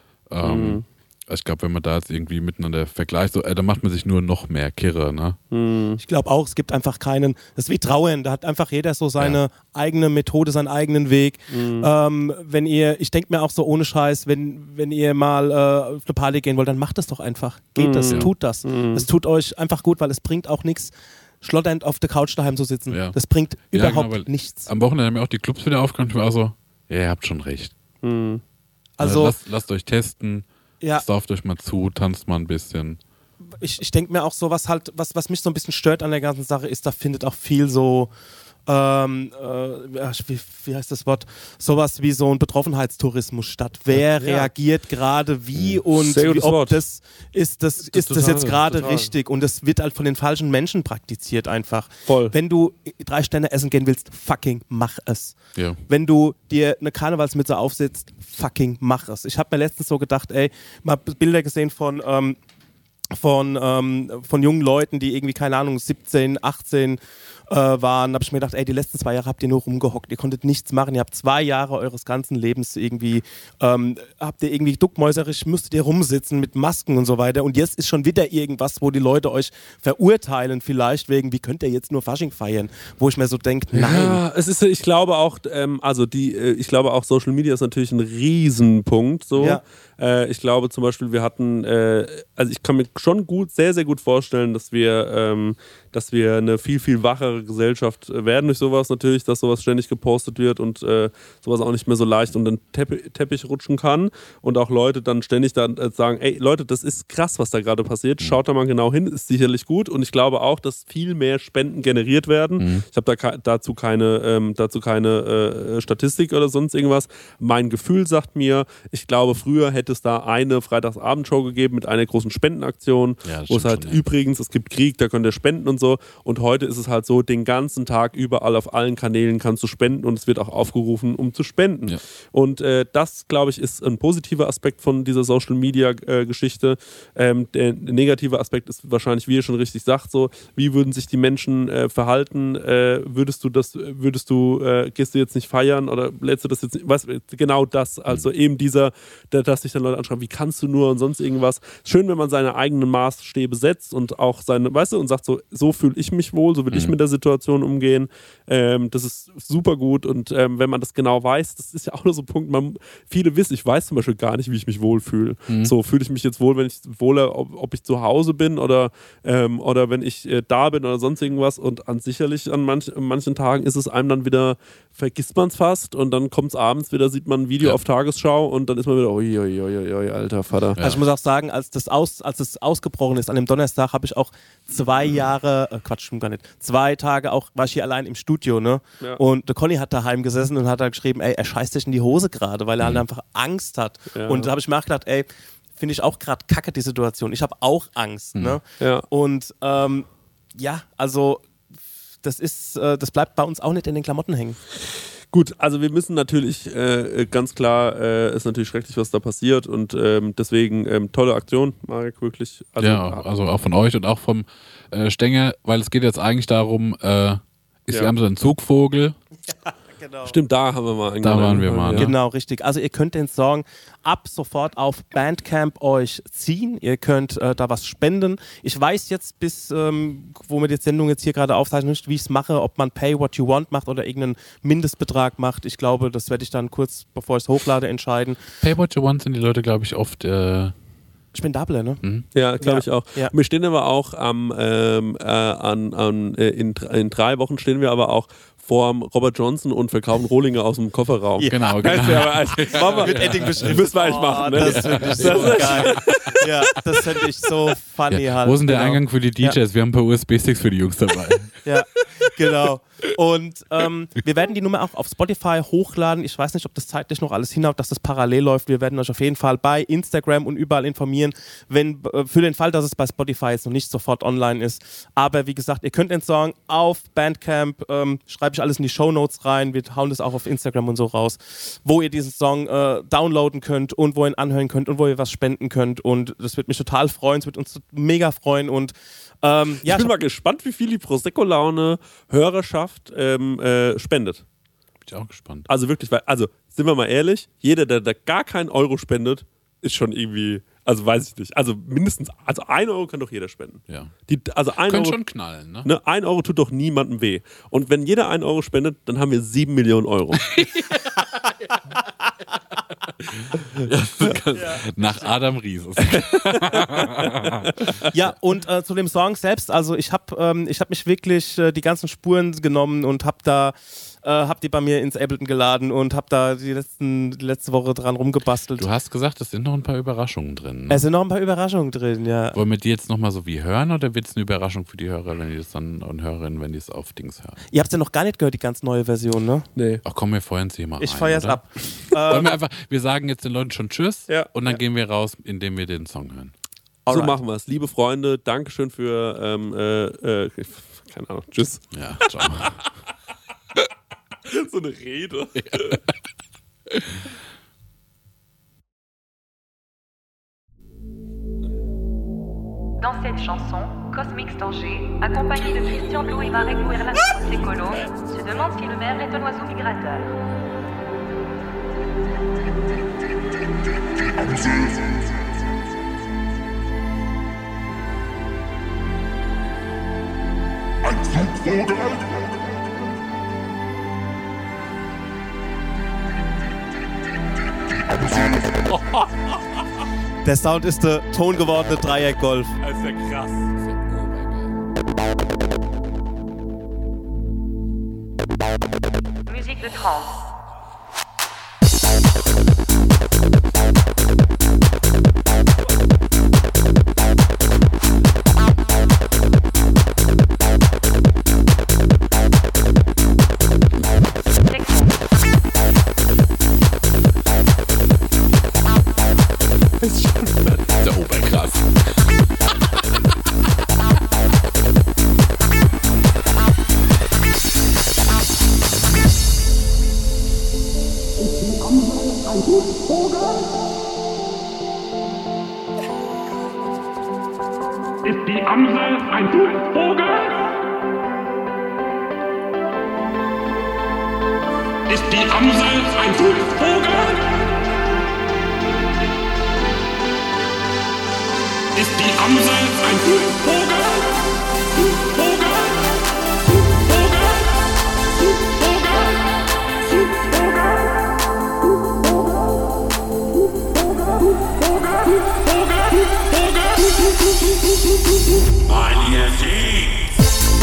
Ähm, Mhm. Ich glaube, wenn man da jetzt irgendwie miteinander vergleicht, so, äh, dann macht man sich nur noch mehr Kirre, ne? Mhm. Ich glaube auch, es gibt einfach keinen, das ist wie Trauern, da hat einfach jeder so seine Ja. eigene Methode, seinen eigenen Weg. Mhm. Ähm, wenn ihr, ich denke mir auch so ohne Scheiß, wenn, wenn ihr mal äh, auf eine Party gehen wollt, dann macht das doch einfach. Geht das, Ja. tut das. Mhm. Es tut euch einfach gut, weil es bringt auch nichts, schlotternd auf der Couch daheim zu sitzen. Ja. Das bringt Ja, überhaupt genau, weil nichts. Am Wochenende haben ja auch die Clubs wieder aufgehört und ich war so, ja, ihr habt schon recht. Mhm. Also, lasst, lasst euch testen, ja, sauft euch mal zu, tanzt mal ein bisschen. ich, ich denke mir auch so, was halt, was, was mich so ein bisschen stört an der ganzen Sache ist, da findet auch viel so, ähm, äh, ja, wie, wie heißt das Wort, sowas wie so ein Betroffenheitstourismus statt. Wer Ja. reagiert gerade wie und Sehr wie, gutes ob Wort. das, ist das, ist das Total, jetzt gerade total. richtig, und das wird halt von den falschen Menschen praktiziert einfach. Voll. Wenn du drei Sterne essen gehen willst, fucking mach es. Ja. Wenn du dir eine Karnevalsmütze aufsetzt, fucking mach es. Ich habe mir letztens so gedacht, ey, mal Bilder gesehen von, ähm, von, ähm, von jungen Leuten, die irgendwie, keine Ahnung, siebzehn, achtzehn äh, waren. Da habe ich mir gedacht, ey, die letzten zwei Jahre habt ihr nur rumgehockt. Ihr konntet nichts machen. Ihr habt zwei Jahre eures ganzen Lebens irgendwie, ähm, habt ihr irgendwie duckmäuserisch, müsstet ihr rumsitzen mit Masken und so weiter. Und jetzt ist schon wieder irgendwas, wo die Leute euch verurteilen vielleicht wegen, wie könnt ihr jetzt nur Fasching feiern? Wo ich mir so denke, nein. Ja, es ist, ich glaube auch, ähm, also die, äh, ich glaube auch Social Media ist natürlich ein Riesenpunkt. So. Ja. Äh, ich glaube zum Beispiel, wir hatten, äh, also ich kann mir schon gut, sehr, sehr gut vorstellen, dass wir, ähm, dass wir eine viel, viel wachere Gesellschaft werden durch sowas natürlich, dass sowas ständig gepostet wird und äh, sowas auch nicht mehr so leicht unter den Teppich, Teppich rutschen kann und auch Leute dann ständig dann äh, sagen, ey Leute, das ist krass, was da gerade passiert, schaut da mal genau hin, ist sicherlich gut, und ich glaube auch, dass viel mehr Spenden generiert werden. Mhm. Ich habe da ke- dazu keine, ähm, dazu keine äh, Statistik oder sonst irgendwas. Mein Gefühl sagt mir, ich glaube, früher hätte es da eine Freitagsabendshow gegeben mit einer großen Spendenaktion, Ja, das wo es stimmt halt schon, ja. übrigens, es gibt Krieg, da könnt ihr spenden und so. Und heute ist es halt so, den ganzen Tag überall auf allen Kanälen kannst du spenden und es wird auch aufgerufen, um zu spenden. Ja. Und äh, das, glaube ich, ist ein positiver Aspekt von dieser Social-Media-Geschichte. Ähm, der negative Aspekt ist wahrscheinlich, wie ihr schon richtig sagt, so, wie würden sich die Menschen äh, verhalten? Äh, würdest du das, würdest du, äh, gehst du jetzt nicht feiern oder lädst du das jetzt nicht? Weißt, genau das, also mhm. eben dieser, der, dass sich dann Leute anschreiben, wie kannst du nur und sonst irgendwas. Schön, wenn man seine eigenen Maßstäbe setzt und auch seine, weißt du, und sagt so, so fühle ich mich wohl, so will mhm. ich mit der Situation umgehen. Ähm, das ist super gut und ähm, wenn man das genau weiß, das ist ja auch nur so ein Punkt, man, viele wissen, ich weiß zum Beispiel gar nicht, wie ich mich wohlfühle. Mhm. So fühle ich mich jetzt wohl, wenn ich wohle, ob, ob ich zu Hause bin oder, ähm, oder wenn ich äh, da bin oder sonst irgendwas und an sicherlich an, manch, an manchen Tagen ist es einem dann wieder, vergisst man es fast und dann kommt es abends wieder, sieht man ein Video ja. auf Tagesschau und dann ist man wieder, oi, oi, oi, oi, alter Vater. Ja. Also ich muss auch sagen, als das, aus, als das ausgebrochen ist an dem Donnerstag, habe ich auch zwei Jahre, äh, Quatsch, stimmt gar nicht, zwei Tage auch, war ich hier allein im Studio, ne? Ja. Und der Conny hat daheim gesessen und hat da geschrieben, ey, er scheißt sich in die Hose gerade, weil er halt einfach Angst hat. Ja. Und da habe ich mir auch gedacht, ey, finde ich auch gerade kacke, die Situation. Ich habe auch Angst, mhm. ne? Ja. Und ähm, ja, also das ist, äh, das bleibt bei uns auch nicht in den Klamotten hängen. Gut, also wir müssen natürlich, äh, ganz klar, äh, ist natürlich schrecklich, was da passiert und ähm, deswegen ähm, tolle Aktion, Marek, wirklich. Also, ja, also auch von euch und auch vom äh, Stenger, weil es geht jetzt eigentlich darum, äh, ist Ja. wir haben so einen Zugvogel. Ja, genau. Stimmt, da haben wir mal Da waren wir mal, ne? Genau, richtig. Also ihr könnt den Song ab sofort auf Bandcamp euch ziehen. Ihr könnt äh, da was spenden. Ich weiß jetzt bis, ähm, wo wir die Sendung jetzt hier gerade aufzeichnen, nicht, wie ich es mache, ob man Pay What You Want macht oder irgendeinen Mindestbetrag macht. Ich glaube, das werde ich dann kurz, bevor ich es hochlade, entscheiden. Pay What You Want sind die Leute, glaube ich, oft äh, Spendable, ne? mhm. Ja, glaube Ja. ich auch. Ja. Wir stehen aber auch am, ähm, äh, an, an, äh, in, in drei Wochen stehen wir aber auch vorm Robert Johnson und verkaufen Rohlinge aus dem Kofferraum. Ja. Genau, genau. Weißt du, aber als- machen wir- Mit Edding beschrieben. Müssen wir eigentlich machen, ne? Das finde ich so geil. Ja, das finde ich so funny Ja. halt. Wo ist denn der Genau. Eingang für die D Js? Wir haben ein paar U S B-Sticks für die Jungs dabei. Ja, genau. Und ähm, wir werden die Nummer auch auf Spotify hochladen. Ich weiß nicht, ob das zeitlich noch alles hinhaut, dass das parallel läuft. Wir werden euch auf jeden Fall bei Instagram und überall informieren, wenn, äh, für den Fall, dass es bei Spotify jetzt noch nicht sofort online ist. Aber wie gesagt, ihr könnt den Song auf Bandcamp, ähm, schreibe ich alles in die Shownotes rein. Wir hauen das auch auf Instagram und so raus, wo ihr diesen Song äh, downloaden könnt und wo ihr ihn anhören könnt und wo ihr was spenden könnt. Und das wird mich total freuen. Es wird uns mega freuen. Und ähm, ja, ich bin mal gespannt, wie viel die Prosecco-Laune Hörerschaft ähm, äh, spendet. Bin ich auch gespannt. Also wirklich, weil, also sind wir mal ehrlich, jeder, der da gar keinen Euro spendet, ist schon irgendwie, also weiß ich nicht, also mindestens, also ein Euro kann doch jeder spenden. Ja. Die, also ein Können Euro, schon knallen, ne? ne, ein Euro tut doch niemandem weh. Und wenn jeder ein Euro spendet, dann haben wir sieben Millionen Euro. Nach Adam Ries. Ja, und äh, zu dem Song selbst, also ich habe ähm, ich hab mich wirklich äh, die ganzen Spuren genommen und habe da äh, hab die bei mir ins Ableton geladen und habe da die, letzten, die letzte Woche dran rumgebastelt. Du hast gesagt, es sind noch ein paar Überraschungen drin. Ne? Es sind noch ein paar Überraschungen drin, ja. Wollen wir die jetzt nochmal so wie hören oder wird es eine Überraschung für die Hörer, wenn die das dann und Hörerinnen, wenn die es auf Dings hören? Ihr habt ja noch gar nicht gehört, die ganz neue Version, ne? Nee. Ach komm, wir feuern sie mal Ich ein, feuer's oder? ab. Wollen ähm, wir einfach, wir sagen jetzt den Leuten schon Tschüss Ja. und dann gehen wir raus, indem wir den Song hören. So Alright. machen wir es. Liebe Freunde, Dankeschön für, ähm, äh, äh, keine Ahnung, tschüss. Ja, ciao. So eine Rede. Dans cette chanson, Cosmix Danger, accompagné de Christian Blou et Marek Bouerla de Prosecolo, se demande si le maire est un oiseau migrateur. Der Sound ist der tongewordene Dreieck-Golf. Das ist ja krass. Musique de trance. Der Oberkrass. Ist die Amsel ein Vogel? Ist die Amsel ein Vogel? Ist die Amsel ein Vogel? Vogel? Weil ihr seht,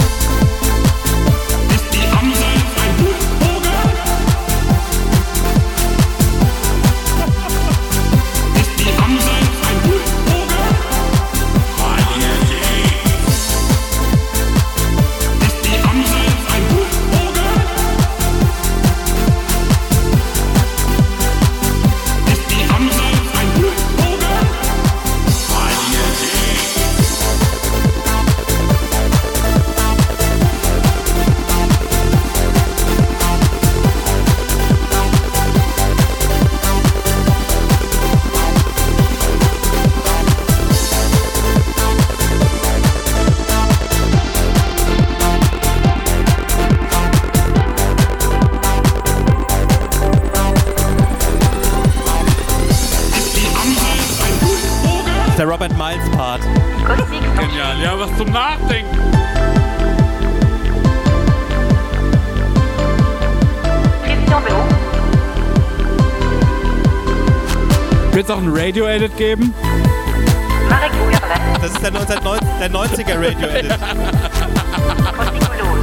ist die Amsel ein Vogel? Ist die Amsel ein Vogel? Weil ihr seht, ist die Amsel ein Vogel? Ist die Amsel ein Vogel? Weil ihr seht. Der Robert Miles Part. Cosmic Danger. Genial, ja, was zum Nachdenken. Christian Belot. Wird es auch ein Radio-Edit geben? Marek Bouillardet. Das ist der, neunzehnhundertneunzig der neunziger Radio-Edit. Cosmic Colone.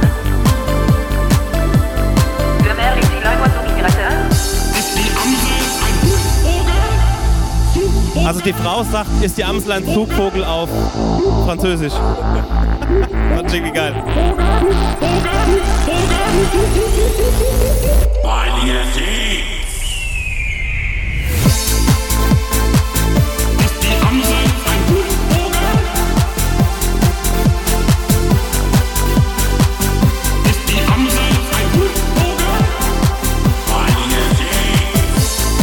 Le maire est-il un oiseau migrateur? Ist die Amsel ein Vogel? Also die Frau sagt, ist die Amsel ein Zugvogel auf Französisch. Das ist irgendwie geil. Weil ihr seht, ist die Amsel ein Vogel? Ist die Amsel ein Vogel? Weil ihr seht,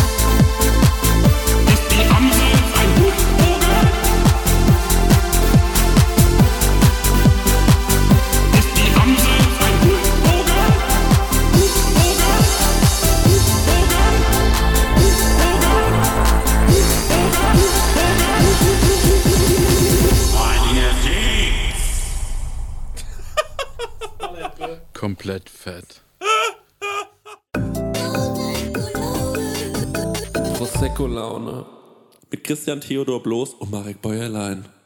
ist die Amsel ein Vogel? Ist die Amsel ein Vogel? Weil ihr seht. Komplett fett. Prosecco-Laune. Mit Christian Theodor Bloß und Marek Bäuerlein.